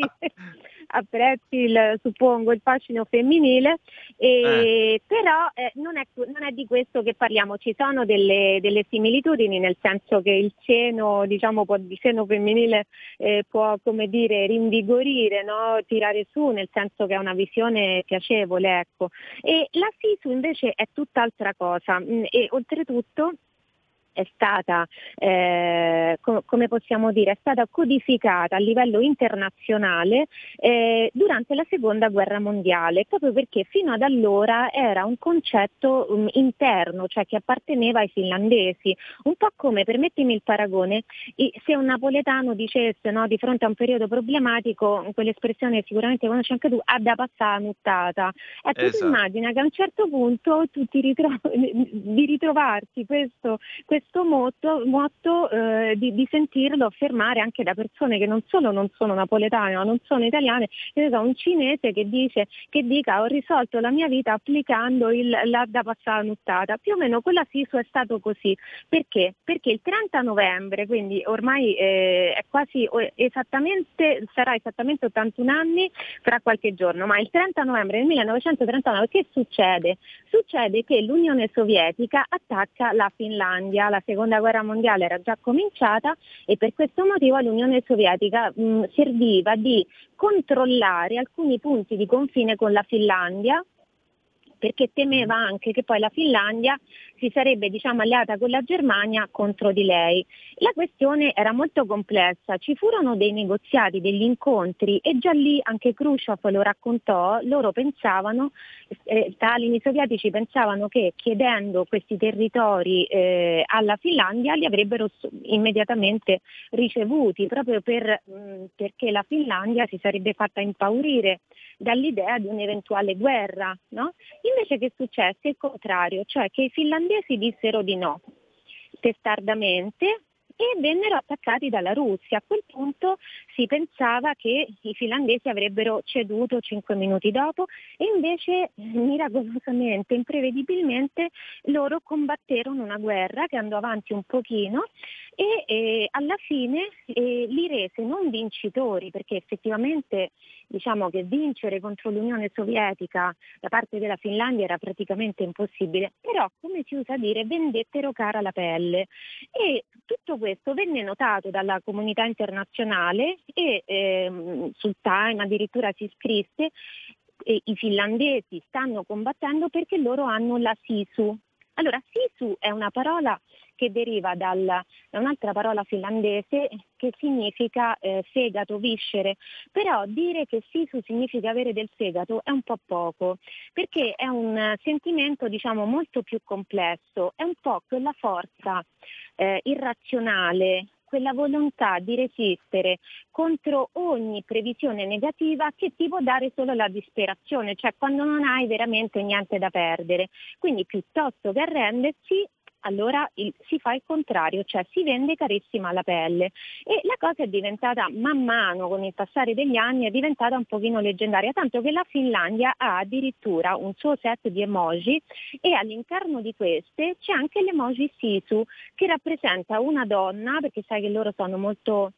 apprezzi suppongo il fascino femminile, però non è di questo che parliamo. Ci sono delle similitudini, nel senso che il seno, diciamo, il seno femminile può, come dire, rinvigorire, no? Tirare su, nel senso che è una visione piacevole, ecco. E la sisu invece è tutt'altra cosa, e oltretutto è stata, come possiamo dire, è stata codificata a livello internazionale durante la Seconda Guerra Mondiale, proprio perché fino ad allora era un concetto interno, cioè che apparteneva ai finlandesi, un po' come, permettimi il paragone, se un napoletano dicesse, no, di fronte a un periodo problematico, quell'espressione sicuramente conosci anche tu, "ha da passare nuttata". Ecco, esatto. Tu immagina che a un certo punto tu di ritrovarti questo motto di sentirlo affermare anche da persone che non solo non sono napoletane ma non sono italiane, un cinese che dica "ho risolto la mia vita applicando la da passata nuttata". Più o meno con la sisu è stato così. Perché? Perché il 30 novembre, quindi ormai è quasi sarà esattamente 81 anni fra qualche giorno, ma il 30 novembre del 1939 che succede? Succede che l'Unione Sovietica attacca la Finlandia, la seconda guerra mondiale era già cominciata e per questo motivo l'Unione Sovietica serviva di controllare alcuni punti di confine con la Finlandia, perché temeva anche che poi la Finlandia si sarebbe alleata con la Germania contro di lei. La questione era molto complessa, ci furono dei negoziati, degli incontri e già lì anche Khrushchev lo raccontò, loro pensavano, Stalin, i sovietici pensavano che chiedendo questi territori alla Finlandia li avrebbero immediatamente ricevuti, proprio perché la Finlandia si sarebbe fatta impaurire dall'idea di un'eventuale guerra, no? Invece che successe il contrario, cioè che i finlandesi dissero di no, testardamente, e vennero attaccati dalla Russia. A quel punto si pensava che i finlandesi avrebbero ceduto 5 minuti dopo e invece miracolosamente, imprevedibilmente loro combatterono una guerra che andò avanti un pochino e alla fine li rese non vincitori, perché effettivamente diciamo che vincere contro l'Unione Sovietica da parte della Finlandia era praticamente impossibile, però come si usa dire vendettero cara la pelle e tutto questo venne notato dalla comunità internazionale e sul Time addirittura si scrisse i finlandesi stanno combattendo perché loro hanno la sisu. Allora, sisu è una parola che deriva da un'altra parola finlandese che significa fegato, viscere, però dire che sisu significa avere del fegato è un po' poco, perché è un sentimento molto più complesso, è un po' quella forza irrazionale, quella volontà di resistere contro ogni previsione negativa che ti può dare solo la disperazione, cioè quando non hai veramente niente da perdere. Quindi piuttosto che arrendersi, allora si fa il contrario, cioè si vende carissima la pelle. E la cosa è diventata, man mano con il passare degli anni, è diventata un pochino leggendaria, tanto che la Finlandia ha addirittura un suo set di emoji e all'interno di queste c'è anche l'emoji sisu che rappresenta una donna, perché sai che loro sono molto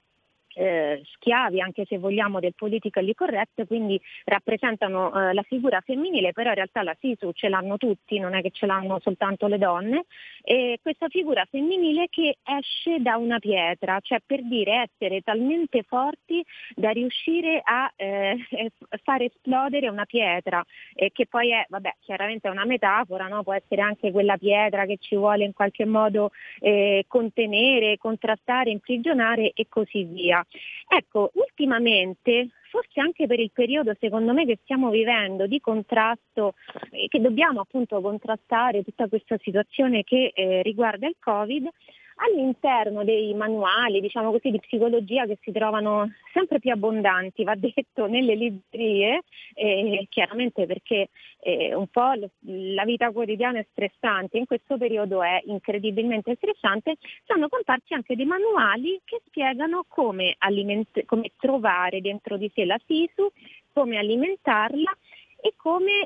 schiavi, anche se vogliamo, del politically correct, quindi rappresentano la figura femminile, però in realtà la sisu ce l'hanno tutti, non è che ce l'hanno soltanto le donne, e questa figura femminile che esce da una pietra, cioè per dire essere talmente forti da riuscire a far esplodere una pietra, che poi è, chiaramente è una metafora, no? Può essere anche quella pietra che ci vuole in qualche modo contenere, contrastare, imprigionare e così via. Ecco, ultimamente, forse anche per il periodo secondo me che stiamo vivendo di contrasto, che dobbiamo appunto contrastare tutta questa situazione che riguarda il Covid, all'interno dei manuali, diciamo così, di psicologia che si trovano sempre più abbondanti, va detto, nelle librerie, chiaramente perché un po' la vita quotidiana è stressante, in questo periodo è incredibilmente stressante, sono comparsi anche dei manuali che spiegano come trovare dentro di sé la sisu, come alimentarla e come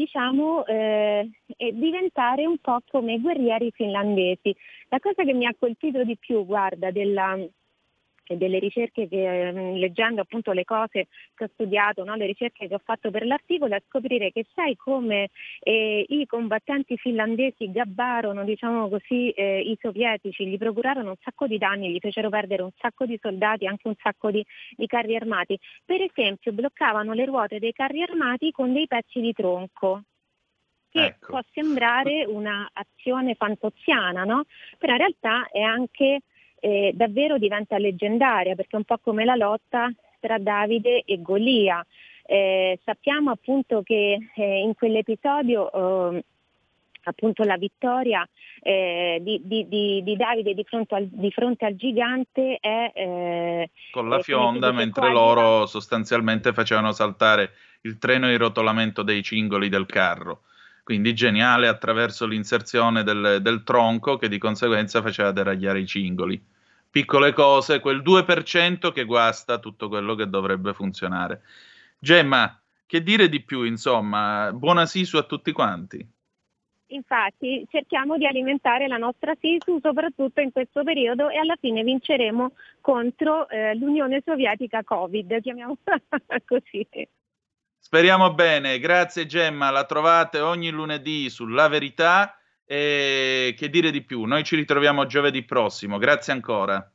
diventare un po' come i guerrieri finlandesi. La cosa che mi ha colpito di più, guarda, delle ricerche che leggendo appunto le cose che ho studiato, no? Le ricerche che ho fatto per l'articolo, è scoprire che sai come i combattenti finlandesi gabbarono, diciamo così, i sovietici, gli procurarono un sacco di danni, gli fecero perdere un sacco di soldati, anche un sacco di carri armati. Per esempio bloccavano le ruote dei carri armati con dei pezzi di tronco, che può sembrare un'azione fantoziana, no? Però in realtà è anche davvero diventa leggendaria, perché è un po' come la lotta tra Davide e Golia. Sappiamo appunto che in quell'episodio appunto la vittoria di Davide di fronte al gigante è con la fionda, mentre loro sostanzialmente facevano saltare il treno e il rotolamento dei cingoli del carro. Quindi geniale attraverso l'inserzione del tronco che di conseguenza faceva deragliare i cingoli. Piccole cose, quel 2% che guasta tutto quello che dovrebbe funzionare. Gemma, che dire di più, insomma, buona sisu a tutti quanti. Infatti cerchiamo di alimentare la nostra sisu soprattutto in questo periodo e alla fine vinceremo contro l'Unione Sovietica Covid, chiamiamola così. Speriamo bene, grazie Gemma, la trovate ogni lunedì su La Verità E che dire di più? Noi ci ritroviamo giovedì prossimo. Grazie ancora.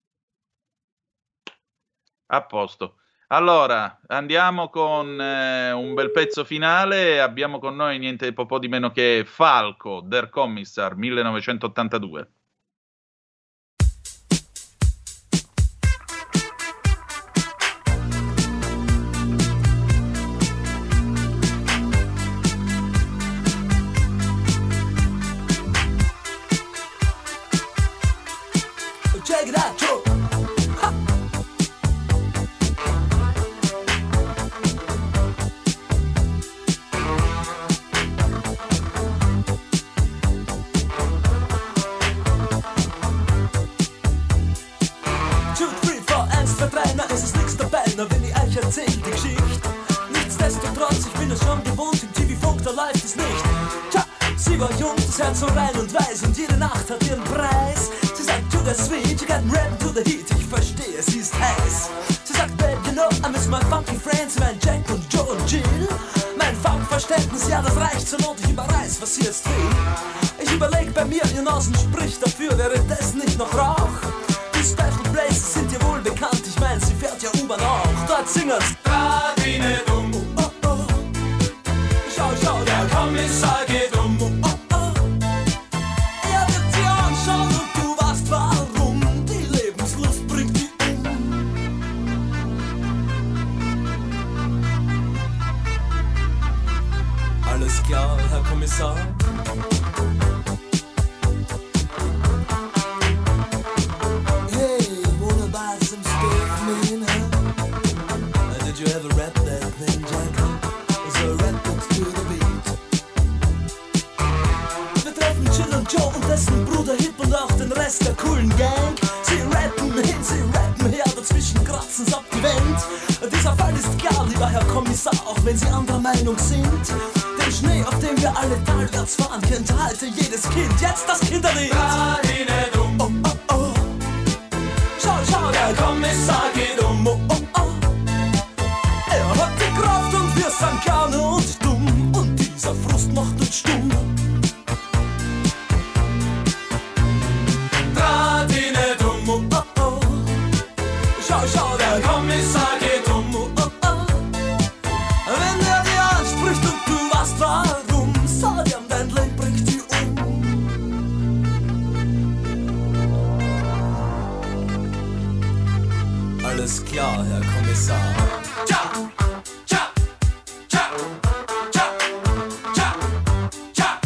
A posto. Allora, andiamo con un bel pezzo finale. Abbiamo con noi niente po' di meno che Falco, Der Kommissar, 1982. Check it out, Joe. Wenn ich euch erzähl die Geschichte. Nichtsdestotrotz, ich bin es schon gewohnt, im TV-Funk, da läuft es nicht. Tja, sie war jung, das Herz so rein und weiß und jede Nacht hat ihren Preis. Sie sagt, to the sweet, you got rap to the heat, ich verstehe, sie ist heiß. Sie sagt, babe, you know, I miss my funky friends, mein Jack und Joe und Jill. Mein Funkverständnis, ja, das reicht zur Not, ich überreiß, was sie jetzt will. Ich überleg bei mir, ihr Nasen spricht dafür, wäre das nicht noch Rauch? Special Places sind dir wohl bekannt, ich mein, sie fährt ja U-Bahn auch. Dort singen's Radine dumm, oh oh. Schau, schau, der Kommissar geht um, oh oh. Er wird sie anschauen und du weißt warum. Die Lebenslust bringt die Alles klar, Herr Kommissar. Bruder Hip und auch den Rest der coolen Gang. Sie rappen hin, sie rappen her, dazwischen kratzen's ab die Wand. Dieser Fall ist klar, lieber Herr Kommissar, auch wenn Sie anderer Meinung sind. Den Schnee, auf dem wir alle talwärts fahren, kennt heute jedes Kind. Jetzt das Kinderlied. Radine dumm, oh oh oh. Schau, schau, der Kommissar geht um, oh oh oh. Er hat die Kraft und wir sind gerne und dumm. Und dieser Frust macht uns stumm. Schau, der Kommissar geht um, oh oh. Wenn er dir anspricht und du weißt warum, sag ihm, dein Leben bringt dich um. Alles klar, Herr Kommissar. Tja, tja, tja, tja, tja, tja.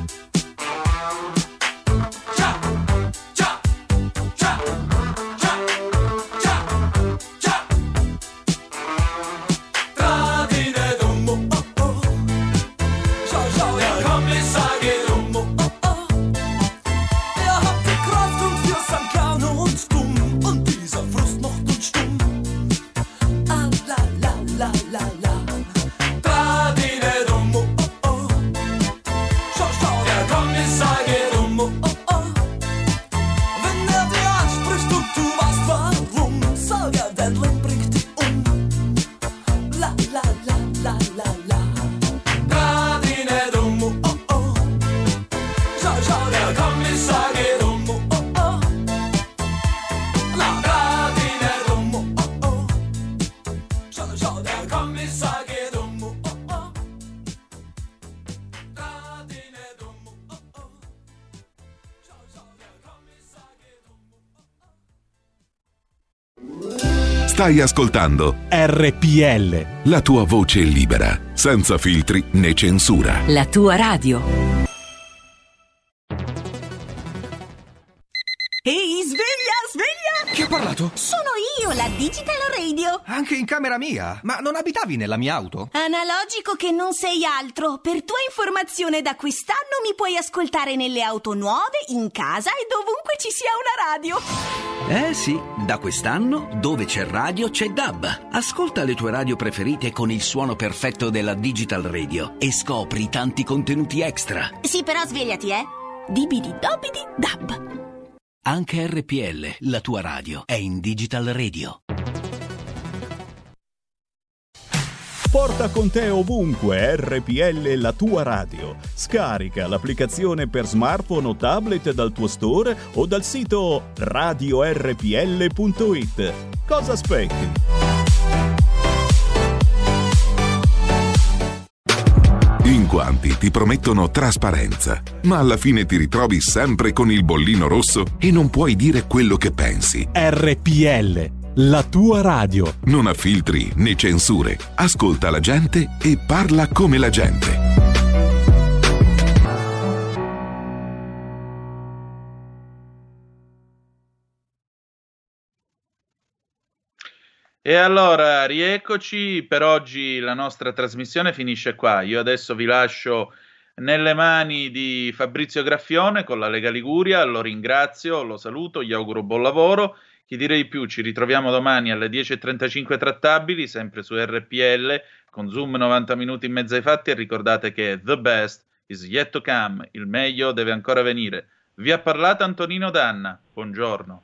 Stai ascoltando RPL, la tua voce libera, senza filtri né censura. La tua radio. Ehi, sveglia, sveglia! Chi ha parlato? Sono io, la Digital Radio. Anche in camera mia? Ma non abitavi nella mia auto? Analogico che non sei altro. Per tua informazione, da quest'anno mi puoi ascoltare nelle auto nuove, in casa e dovunque ci sia una radio. Eh sì, da quest'anno dove c'è radio c'è DAB. Ascolta le tue radio preferite con il suono perfetto della Digital Radio e scopri tanti contenuti extra. Sì, però svegliati, Dibidi dobidi DAB. Anche RPL, la tua radio, è in Digital Radio. Porta con te ovunque RPL, la tua radio. Scarica l'applicazione per smartphone o tablet dal tuo store o dal sito radiorpl.it. Cosa aspetti? In quanti ti promettono trasparenza, ma alla fine ti ritrovi sempre con il bollino rosso e non puoi dire quello che pensi. RPL, la tua radio. Non ha filtri né censure. Ascolta la gente e parla come la gente. E allora, rieccoci, per oggi la nostra trasmissione finisce qua. Io adesso vi lascio nelle mani di Fabrizio Graffione con la Lega Liguria, lo ringrazio, lo saluto, gli auguro buon lavoro. Chi dire di più, ci ritroviamo domani alle 10.35 trattabili, sempre su RPL, con Zoom 90 minuti in mezzo ai fatti, e ricordate che the best is yet to come, il meglio deve ancora venire. Vi ha parlato Antonino Danna, buongiorno.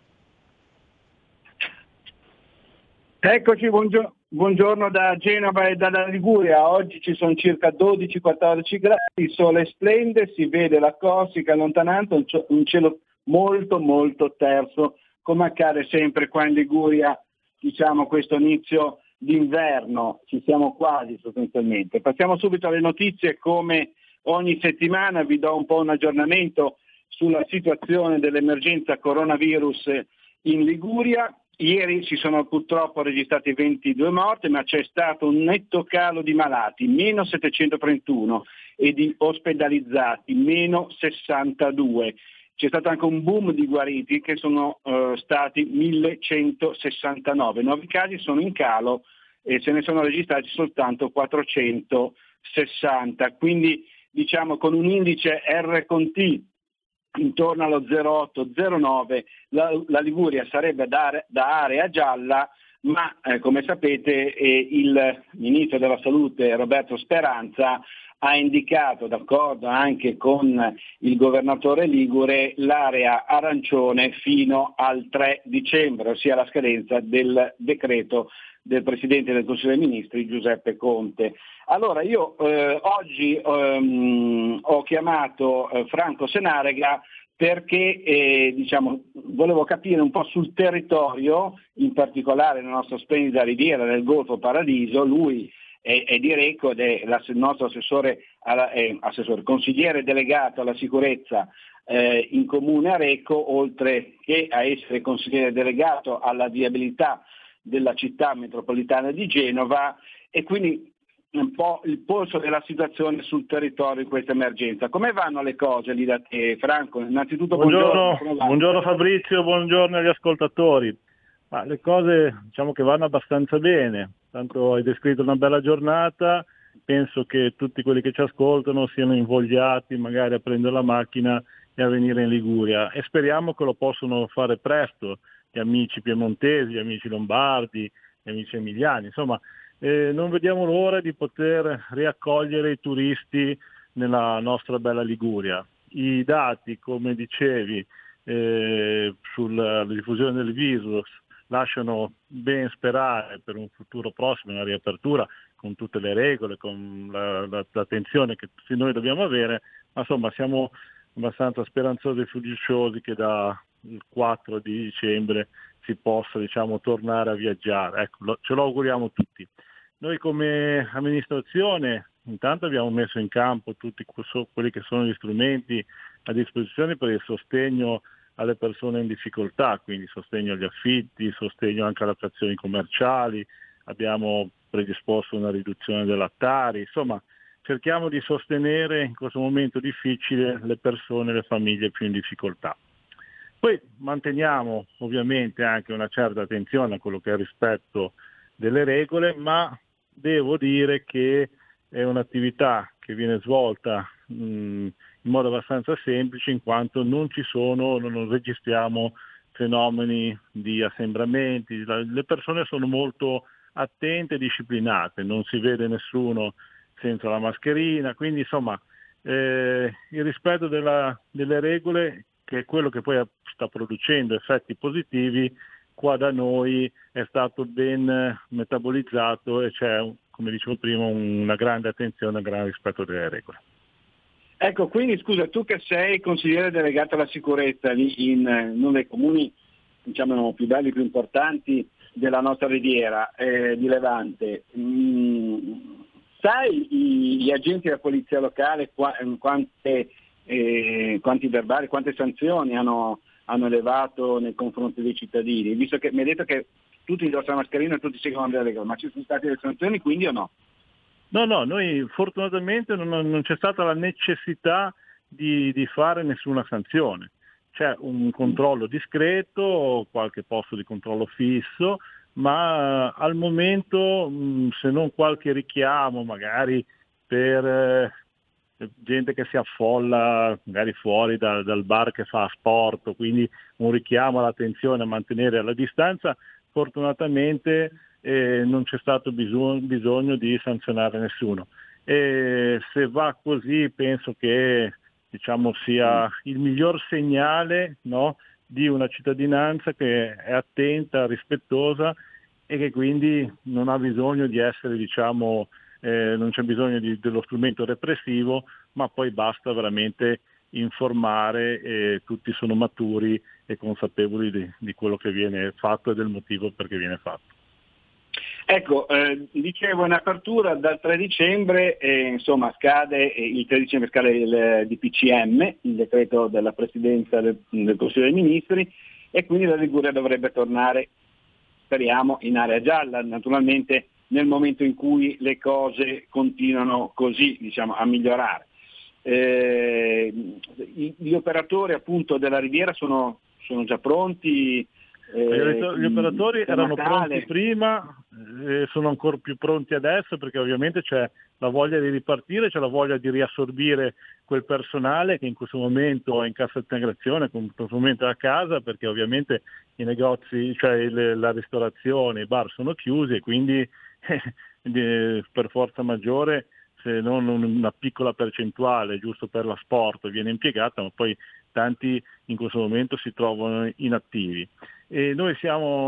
Eccoci, buongiorno da Genova e dalla Liguria. Oggi ci sono circa 12-14 gradi, il sole splende, si vede la Corsica allontanando, un cielo molto molto terso, come accade sempre qua in Liguria, diciamo questo inizio d'inverno, ci siamo quasi sostanzialmente. Passiamo subito alle notizie, come ogni settimana vi do un po' un aggiornamento sulla situazione dell'emergenza coronavirus in Liguria. Ieri si sono purtroppo registrati 22 morti, ma c'è stato un netto calo di malati, meno 731, e di ospedalizzati, meno 62. C'è stato anche un boom di guariti, che sono stati 1169. Nuovi casi sono in calo e se ne sono registrati soltanto 460. Quindi diciamo con un indice R con T intorno allo 0,8-0,9, la Liguria sarebbe da area gialla, ma come sapete il Ministro della Salute Roberto Speranza ha indicato, d'accordo anche con il governatore ligure, l'area arancione fino al 3 dicembre, ossia la scadenza del decreto del Presidente del Consiglio dei Ministri Giuseppe Conte. Allora io oggi ho chiamato Franco Senarega perché volevo capire un po' sul territorio, in particolare nella nostra splendida riviera del Golfo Paradiso. Lui è di Recco ed è il nostro consigliere delegato alla sicurezza in comune a Recco, oltre che a essere consigliere delegato alla viabilità della città metropolitana di Genova, e quindi un po' il polso della situazione sul territorio in questa emergenza. Come vanno le cose lì da te, Franco? Innanzitutto buongiorno Fabrizio, buongiorno agli ascoltatori. Le cose diciamo che vanno abbastanza bene, tanto hai descritto una bella giornata, penso che tutti quelli che ci ascoltano siano invogliati magari a prendere la macchina e a venire in Liguria, e speriamo che lo possano fare presto gli amici piemontesi, gli amici lombardi, gli amici emiliani, insomma non vediamo l'ora di poter riaccogliere i turisti nella nostra bella Liguria. I dati, come dicevi, sulla diffusione del virus lasciano ben sperare per un futuro prossimo, una riapertura con tutte le regole, con l'attenzione che tutti noi dobbiamo avere, ma insomma siamo abbastanza speranzosi e fiduciosi che dal 4 di dicembre si possa tornare a viaggiare. Ecco, ce lo auguriamo tutti. Noi come amministrazione intanto abbiamo messo in campo tutti quelli che sono gli strumenti a disposizione per il sostegno alle persone in difficoltà, quindi sostegno agli affitti, sostegno anche alle attrazioni commerciali, abbiamo predisposto una riduzione dell'attari, insomma cerchiamo di sostenere in questo momento difficile le persone, le famiglie più in difficoltà. Poi manteniamo ovviamente anche una certa attenzione a quello che è il rispetto delle regole, ma devo dire che è un'attività che viene svolta in modo abbastanza semplice, in quanto non registriamo fenomeni di assembramenti, le persone sono molto attente e disciplinate, non si vede nessuno senza la mascherina, quindi insomma il rispetto delle regole, che è quello che poi sta producendo effetti positivi, qua da noi è stato ben metabolizzato e c'è come dicevo prima, una grande attenzione, un grande rispetto delle regole. Ecco, quindi scusa, tu che sei consigliere delegato alla sicurezza lì in uno dei comuni, diciamo, più belli, più importanti della nostra riviera di Levante, sai gli agenti della polizia locale quanti verbali, quante sanzioni hanno elevato nei confronti dei cittadini? Visto che mi hai detto che tutti indossano la mascherina e tutti seguono le regole, ma ci sono state delle sanzioni quindi o no? No, noi fortunatamente non c'è stata la necessità di fare nessuna sanzione. C'è un controllo discreto, qualche posto di controllo fisso, ma al momento, se non qualche richiamo magari per gente che si affolla magari fuori dal bar che fa sport, quindi un richiamo all'attenzione a mantenere la distanza, fortunatamente non c'è stato bisogno di sanzionare nessuno. E se va così penso che, diciamo, sia il miglior segnale, no, di una cittadinanza che è attenta, rispettosa e che quindi non ha bisogno di essere, diciamo, non c'è bisogno dello strumento repressivo, ma poi basta veramente informare e tutti sono maturi e consapevoli di quello che viene fatto e del motivo perché viene fatto. Ecco, dicevo in apertura, dal 3 dicembre scade il 3 dicembre scade il DPCM, il decreto della Presidenza del Consiglio dei Ministri, e quindi la Liguria dovrebbe tornare, speriamo, in area gialla, naturalmente nel momento in cui le cose continuano così, diciamo, a migliorare. Gli operatori appunto della Riviera sono già pronti. Gli operatori erano pronti prima, sono ancora più pronti adesso, perché ovviamente c'è la voglia di ripartire, c'è la voglia di riassorbire quel personale che in questo momento è in cassa integrazione, che in questo momento è a casa, perché ovviamente i negozi, cioè la ristorazione, i bar sono chiusi e quindi per forza maggiore, se non una piccola percentuale giusto per l'asporto viene impiegata, ma poi tanti in questo momento si trovano inattivi. E noi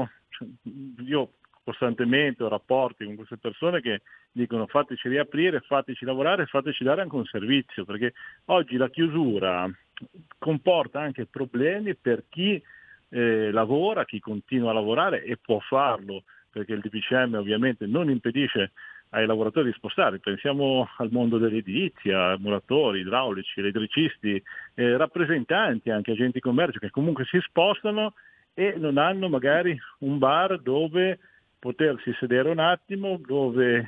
io costantemente ho rapporti con queste persone che dicono fateci riaprire, fateci lavorare, fateci dare anche un servizio, perché oggi la chiusura comporta anche problemi per chi lavora, chi continua a lavorare e può farlo, perché il DPCM ovviamente non impedisce ai lavoratori di spostare. Pensiamo al mondo dell'edilizia, muratori, idraulici, elettricisti, rappresentanti, anche agenti di commercio che comunque si spostano e non hanno magari un bar dove potersi sedere un attimo, dove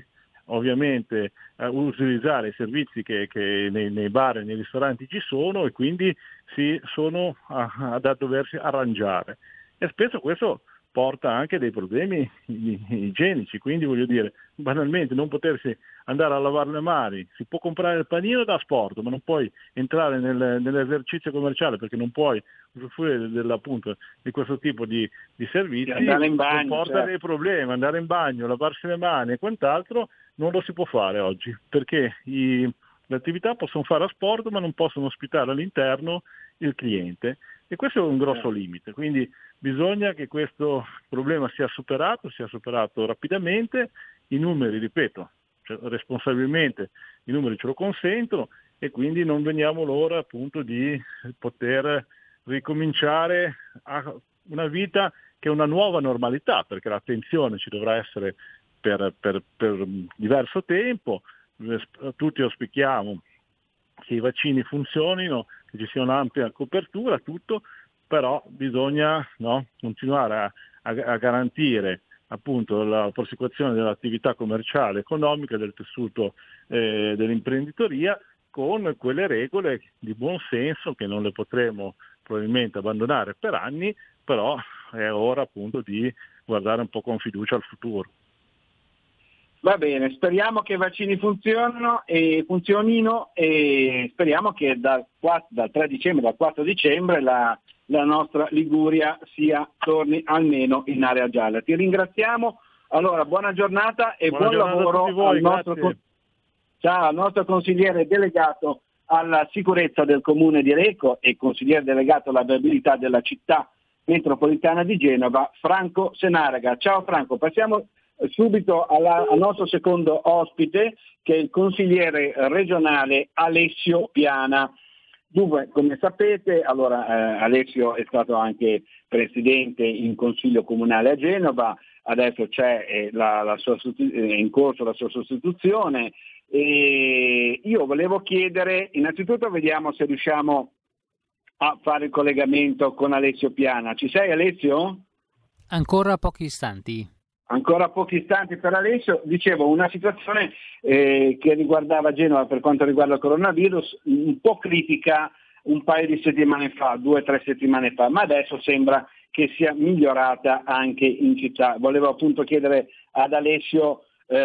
ovviamente utilizzare i servizi che nei bar e nei ristoranti ci sono, e quindi si sono a doversi arrangiare. E spesso questo porta anche dei problemi igienici, quindi voglio dire, banalmente non potersi andare a lavare le mani, si può comprare il panino da sport, ma non puoi entrare nell'esercizio commerciale perché non puoi usufruire appunto di questo tipo di servizi, andare in bagno, porta dei problemi, andare in bagno, lavarsi le mani e quant'altro non lo si può fare oggi, perché le attività possono fare a sport ma non possono ospitare all'interno il cliente, e questo è un grosso limite, quindi bisogna che questo problema sia superato rapidamente. I numeri, ripeto, responsabilmente i numeri ce lo consentono, e quindi non vediamo l'ora appunto di poter ricominciare a una vita che è una nuova normalità, perché l'attenzione ci dovrà essere per diverso tempo. Tutti auspichiamo che i vaccini funzionino, che ci sia un'ampia copertura, tutto, però bisogna continuare a garantire appunto la prosecuzione dell'attività commerciale, economica, del tessuto dell'imprenditoria, con quelle regole di buon senso che non le potremo probabilmente abbandonare per anni, però è ora appunto di guardare un po' con fiducia al futuro. Va bene, speriamo che i vaccini funzionino e speriamo che dal 3 dicembre, dal 4 dicembre la nostra Liguria torni almeno in area gialla. Ti ringraziamo, allora buona giornata e buon lavoro al nostro consigliere delegato alla sicurezza del comune di Reco e consigliere delegato alla viabilità della città metropolitana di Genova, Franco Senaraga. Ciao Franco, passiamo subito al nostro secondo ospite, che è il consigliere regionale Alessio Piana. Dunque, come sapete, Alessio è stato anche presidente in Consiglio Comunale a Genova, adesso c'è è in corso la sua sostituzione, e io volevo chiedere, innanzitutto vediamo se riusciamo a fare il collegamento con Alessio Piana. Ci sei, Alessio? Ancora pochi istanti. Ancora pochi istanti per Alessio. Dicevo, una situazione che riguardava Genova per quanto riguarda il coronavirus, un po' critica un paio di settimane fa, 2 o 3 settimane fa, ma adesso sembra che sia migliorata anche in città. Volevo appunto chiedere ad Alessio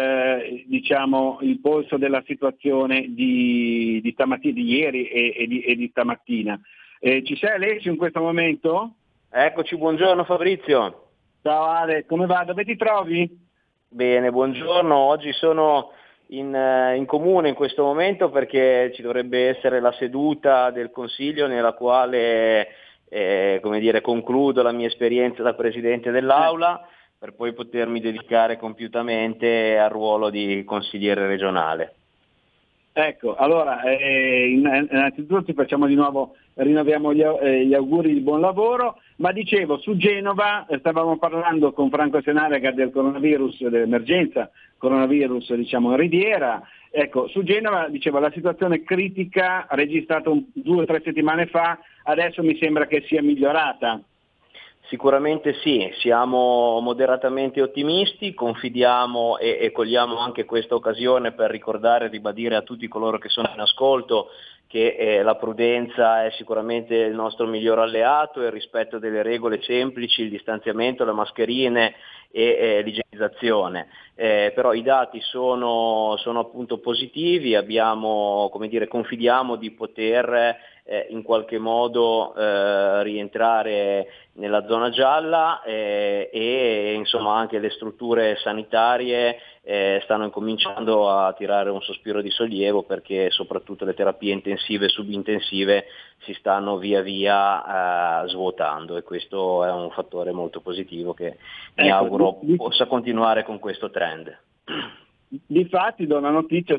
il polso della situazione di ieri e di stamattina. Ci sei, Alessio, in questo momento? Eccoci, buongiorno Fabrizio. Ciao Ale, come va? Dove ti trovi? Bene, buongiorno. Oggi sono in comune in questo momento perché ci dovrebbe essere la seduta del Consiglio nella quale concludo la mia esperienza da Presidente dell'Aula per poi potermi dedicare compiutamente al ruolo di consigliere regionale. Ecco, allora innanzitutto ti facciamo di nuovo, rinnoviamo gli auguri di buon lavoro, ma dicevo, su Genova stavamo parlando con Franco Senarega del coronavirus, dell'emergenza coronavirus in Riviera. Ecco, su Genova, dicevo, la situazione critica registrata 2 o 3 settimane fa, adesso mi sembra che sia migliorata. Sicuramente sì, siamo moderatamente ottimisti, confidiamo e cogliamo anche questa occasione per ricordare e ribadire a tutti coloro che sono in ascolto che la prudenza è sicuramente il nostro miglior alleato, il rispetto delle regole semplici, il distanziamento, le mascherine e l'igienizzazione. Però i dati sono appunto positivi, confidiamo di poter in qualche modo rientrare nella zona gialla e insomma anche le strutture sanitarie stanno incominciando a tirare un sospiro di sollievo, perché soprattutto le terapie intensive e subintensive si stanno via via svuotando, e questo è un fattore molto positivo che mi auguro possa continuare con questo trend. Difatti do una notizia,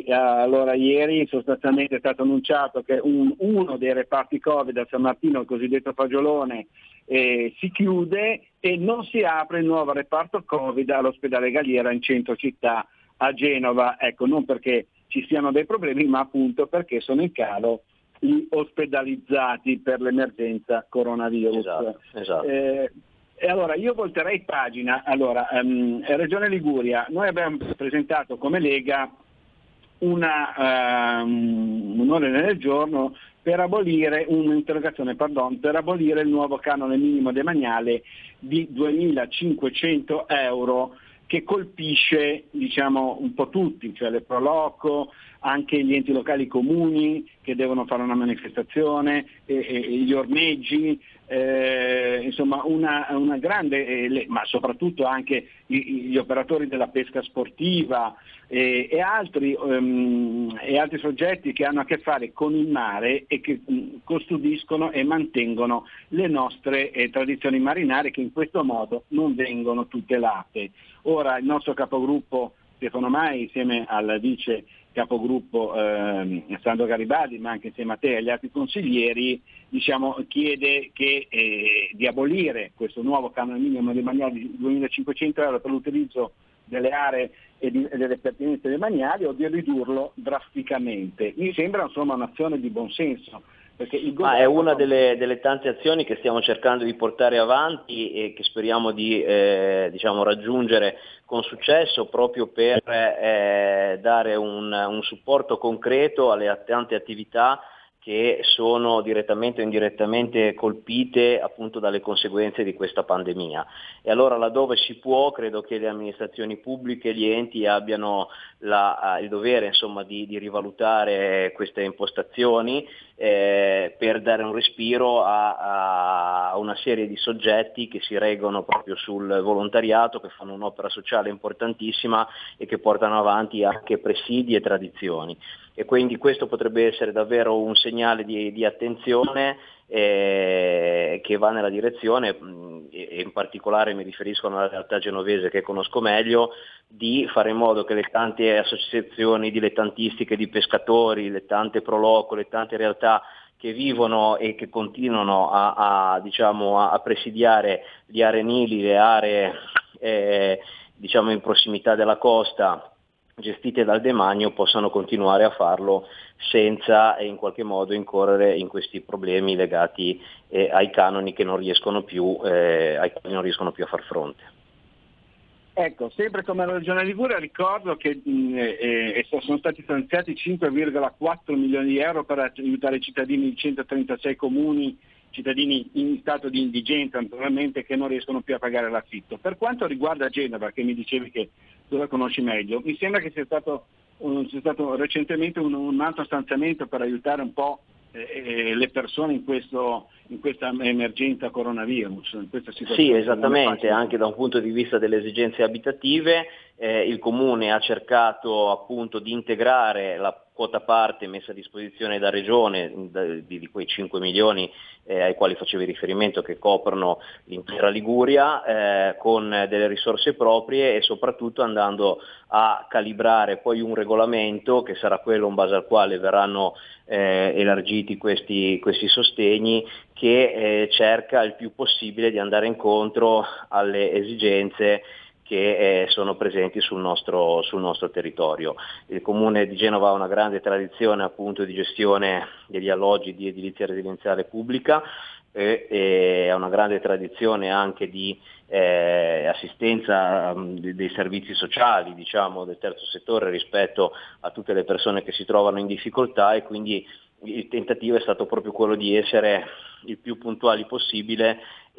ieri sostanzialmente è stato annunciato che uno dei reparti Covid a San Martino, il cosiddetto Fagiolone, si chiude e non si apre il nuovo reparto Covid all'ospedale Galliera in centro città a Genova. Ecco, non perché ci siano dei problemi, ma appunto perché sono in calo gli ospedalizzati per l'emergenza coronavirus. Esatto. E allora io volterei pagina. Regione Liguria, noi abbiamo presentato come Lega un ordine del giorno per abolire per abolire il nuovo canone minimo demaniale di 2.500 euro che colpisce un po' tutti, cioè le Proloco, anche gli enti locali comuni che devono fare una manifestazione, gli ormeggi, una grande, ma soprattutto anche gli operatori della pesca sportiva e altri soggetti che hanno a che fare con il mare e che custodiscono e mantengono le nostre tradizioni marinarie, che in questo modo non vengono tutelate. Ora il nostro capogruppo Stefano Mai, insieme al vice capogruppo Sandro Garibaldi, ma anche insieme a te e agli altri consiglieri, chiede di abolire questo nuovo canone minimo demaniale di 2.500 euro per l'utilizzo delle aree e delle pertinenze demaniali, o di ridurlo drasticamente. Mi sembra un'azione di buonsenso. È una delle tante azioni che stiamo cercando di portare avanti e che speriamo di raggiungere con successo, proprio per dare un supporto concreto alle tante attività che sono direttamente o indirettamente colpite appunto dalle conseguenze di questa pandemia. E allora, laddove si può, credo che le amministrazioni pubbliche, gli enti abbiano il dovere di rivalutare queste impostazioni per dare un respiro a una serie di soggetti che si reggono proprio sul volontariato, che fanno un'opera sociale importantissima e che portano avanti anche presidi e tradizioni. E quindi questo potrebbe essere davvero un segnale di attenzione che va nella direzione, e in particolare mi riferisco alla realtà genovese che conosco meglio, di fare in modo che le tante associazioni dilettantistiche di pescatori, le tante Proloco, le tante realtà che vivono e che continuano a presidiare le arenili, le aree in prossimità della costa gestite dal demanio, possano continuare a farlo senza in qualche modo incorrere in questi problemi legati ai canoni che non riescono più a far fronte. Ecco, sempre come la Regione Liguria ricordo che sono stati stanziati 5,4 milioni di euro per aiutare i cittadini di 136 comuni, cittadini in stato di indigenza naturalmente, che non riescono più a pagare l'affitto. Per quanto riguarda Genova, che mi dicevi che tu la conosci meglio, mi sembra che sia stato recentemente un altro stanziamento per aiutare un po' le persone in questa emergenza coronavirus, in questa situazione. Sì, esattamente, anche da un punto di vista delle esigenze abitative il Comune ha cercato appunto di integrare la quota parte messa a disposizione da Regione di quei 5 milioni ai quali facevi riferimento, che coprono l'intera Liguria, con delle risorse proprie e soprattutto andando a calibrare poi un regolamento che sarà quello in base al quale verranno elargiti questi sostegni, che cerca il più possibile di andare incontro alle esigenze che sono presenti sul nostro territorio. Il Comune di Genova ha una grande tradizione appunto di gestione degli alloggi di edilizia residenziale pubblica e ha una grande tradizione anche di assistenza dei servizi sociali, del terzo settore rispetto a tutte le persone che si trovano in difficoltà, e quindi il tentativo è stato proprio quello di essere il più puntuali possibile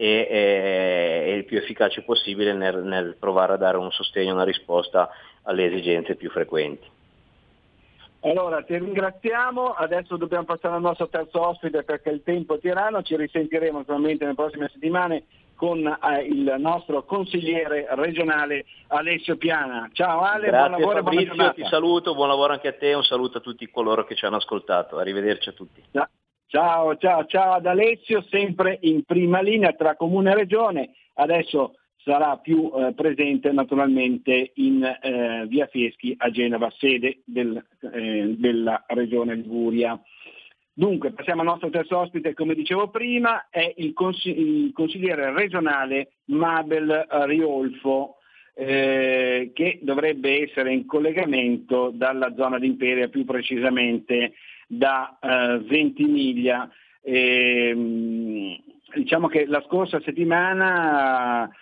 e il più efficace possibile nel provare a dare un sostegno, una risposta alle esigenze più frequenti. Allora, ti ringraziamo, adesso dobbiamo passare al nostro terzo ospite perché il tempo è tiranno, ci risentiremo naturalmente nelle prossime settimane con il nostro consigliere regionale Alessio Piana. Ciao Ale, grazie, buon lavoro Fabrizio, e buona giornata. Ti saluto, buon lavoro anche a te, un saluto a tutti coloro che ci hanno ascoltato, arrivederci a tutti. Ciao ad Alessio, sempre in prima linea tra Comune e Regione, adesso sarà più presente naturalmente in via Fieschi a Genova, sede della Regione Liguria. Dunque, passiamo al nostro terzo ospite, come dicevo prima, è il consigliere regionale Mabel Riolfo, che dovrebbe essere in collegamento dalla zona di Imperia, più precisamente da Ventimiglia. Diciamo che la scorsa settimana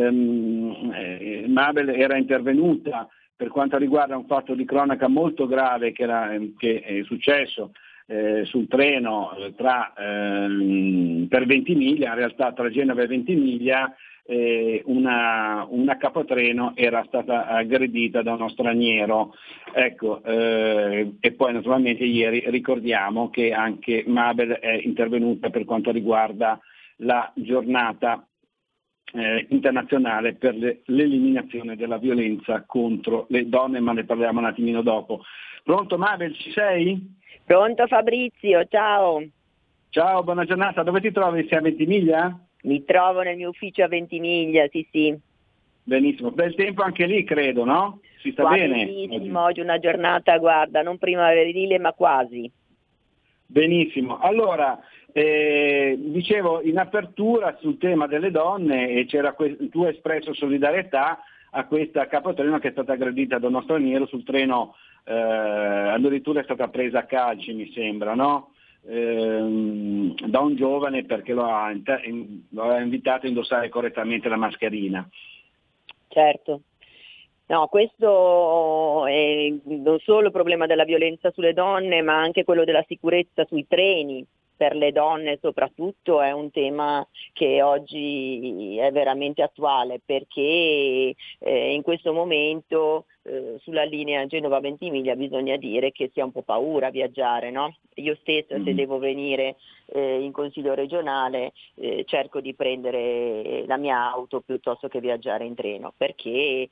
Mabel era intervenuta per quanto riguarda un fatto di cronaca molto grave che è successo sul treno per Ventimiglia, in realtà tra Genova e Ventimiglia. Una capotreno era stata aggredita da uno straniero, ecco, e poi naturalmente ieri ricordiamo che anche Mabel è intervenuta per quanto riguarda la giornata internazionale per l'eliminazione della violenza contro le donne, ma ne parliamo un attimino dopo. Pronto Mabel, ci sei? Pronto Fabrizio, ciao. Ciao, buona giornata, dove ti trovi? Sei a Ventimiglia? Mi trovo nel mio ufficio a Ventimiglia, sì. Benissimo, bel tempo anche lì credo, no? Si sta bene? Benissimo, oggi una giornata, guarda, non primaverile ma quasi. Benissimo, allora dicevo in apertura sul tema delle donne e tu hai espresso solidarietà a questa capotreno che è stata aggredita da uno straniero sul treno, addirittura è stata presa a calci mi sembra, no? Da un giovane perché lo ha invitato a indossare correttamente la mascherina. Certo. No, questo è non solo il problema della violenza sulle donne, ma anche quello della sicurezza sui treni. Per le donne soprattutto è un tema che oggi è veramente attuale perché in questo momento sulla linea Genova-Ventimiglia bisogna dire che si ha un po' paura a viaggiare, no? Io stessa se devo venire in consiglio regionale cerco di prendere la mia auto piuttosto che viaggiare in treno, perché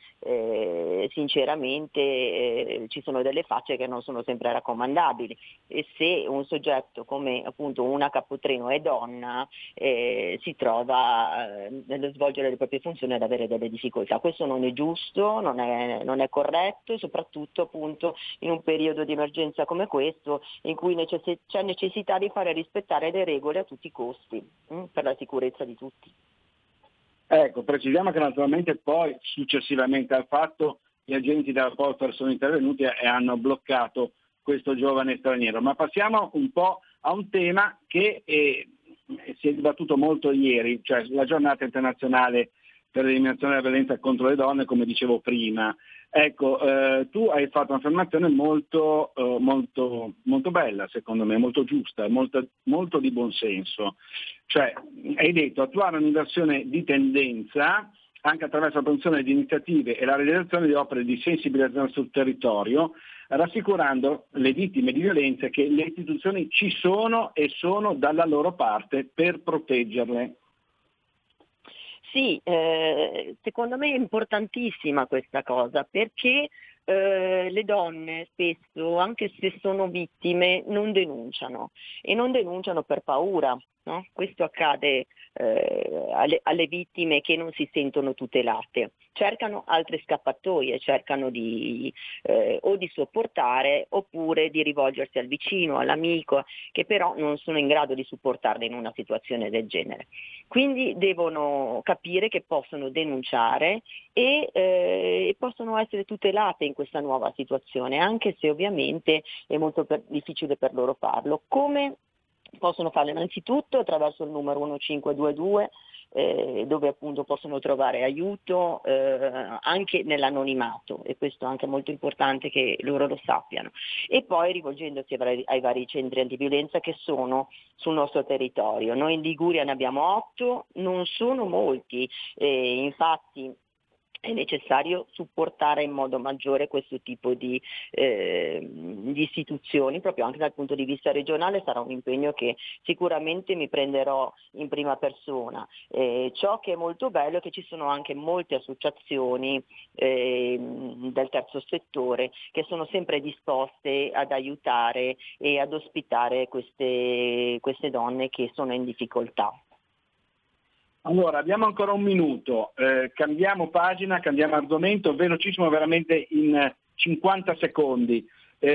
sinceramente ci sono delle facce che non sono sempre raccomandabili, e se un soggetto come appunto una capotreno è donna si trova nello svolgere le proprie funzioni ad avere delle difficoltà. Questo non è giusto, non è corretto, soprattutto appunto in un periodo di emergenza come questo, in cui c'è necessità di fare rispettare le regole a tutti i costi per la sicurezza di tutti. Ecco, precisiamo che naturalmente poi successivamente al fatto gli agenti della Posta sono intervenuti e hanno bloccato questo giovane straniero. Ma passiamo un po' a un tema che si è dibattuto molto ieri, cioè la giornata internazionale per l'eliminazione della violenza contro le donne, come dicevo prima. Ecco, tu hai fatto un'affermazione molto bella, secondo me, molto giusta, molto di buonsenso. Cioè, hai detto attuare un'inversione di tendenza anche attraverso la produzione di iniziative e la realizzazione di opere di sensibilizzazione sul territorio, rassicurando le vittime di violenza che le istituzioni ci sono e sono dalla loro parte per proteggerle. Sì, secondo me è importantissima questa cosa, perché le donne spesso, anche se sono vittime, non denunciano, e non denunciano per paura, no? Questo accade alle vittime che non si sentono tutelate, cercano altre scappatoie, cercano o di sopportare oppure di rivolgersi al vicino, all'amico, che però non sono in grado di supportarle in una situazione del genere. Quindi devono capire che possono denunciare e possono essere tutelate in questa nuova situazione, anche se ovviamente è molto difficile per loro farlo. Come possono farlo? Innanzitutto attraverso il numero 1522, dove appunto possono trovare aiuto anche nell'anonimato, e questo è anche molto importante che loro lo sappiano, e poi rivolgendosi ai vari centri antiviolenza che sono sul nostro territorio. Noi in Liguria ne abbiamo 8, non sono molti, infatti è necessario supportare in modo maggiore questo tipo di istituzioni, proprio anche dal punto di vista regionale. Sarà un impegno che sicuramente mi prenderò in prima persona. Ciò che è molto bello è che ci sono anche molte associazioni del terzo settore che sono sempre disposte ad aiutare e ad ospitare queste donne che sono in difficoltà. Allora, abbiamo ancora un minuto, cambiamo pagina, cambiamo argomento, velocissimo, veramente in 50 secondi.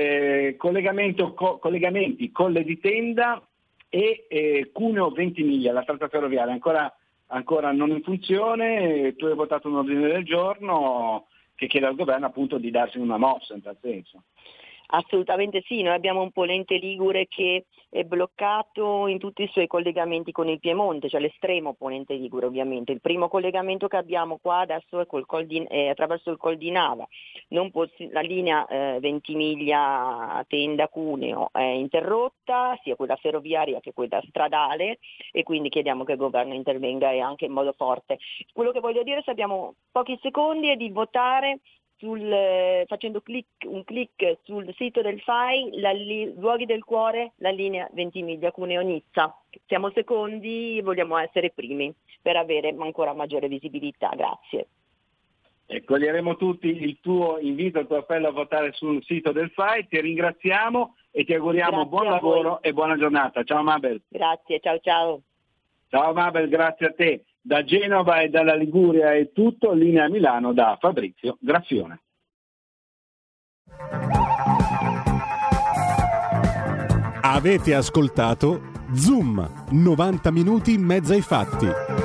Collegamenti Colle di Tenda e Cuneo Ventimiglia, la tratta ferroviaria, ancora non in funzione. Tu hai votato un ordine del giorno che chiede al governo appunto di darsi una mossa in tal senso. Assolutamente sì, noi abbiamo un ponente ligure che è bloccato in tutti i suoi collegamenti con il Piemonte, cioè l'estremo ponente ligure ovviamente. Il primo collegamento che abbiamo qua adesso è attraverso il Col di Nava, la linea Ventimiglia Tenda Cuneo è interrotta, sia quella ferroviaria che quella stradale, e quindi chiediamo che il governo intervenga e anche in modo forte. Quello che voglio dire, se abbiamo pochi secondi, è di votare facendo un click sul sito del FAI, Luoghi del Cuore, la linea Ventimiglia Cuneo Nizza. Siamo secondi, vogliamo essere primi per avere ancora maggiore visibilità. Grazie. E coglieremo tutti il tuo invito, il tuo appello a votare sul sito del FAI. Ti ringraziamo e ti auguriamo buon lavoro e buona giornata. Ciao Mabel. Grazie, ciao ciao. Ciao Mabel, grazie a te. Da Genova e dalla Liguria è tutto, linea Milano da Fabrizio Graffione. Avete ascoltato Zoom, 90 minuti in mezzo ai fatti.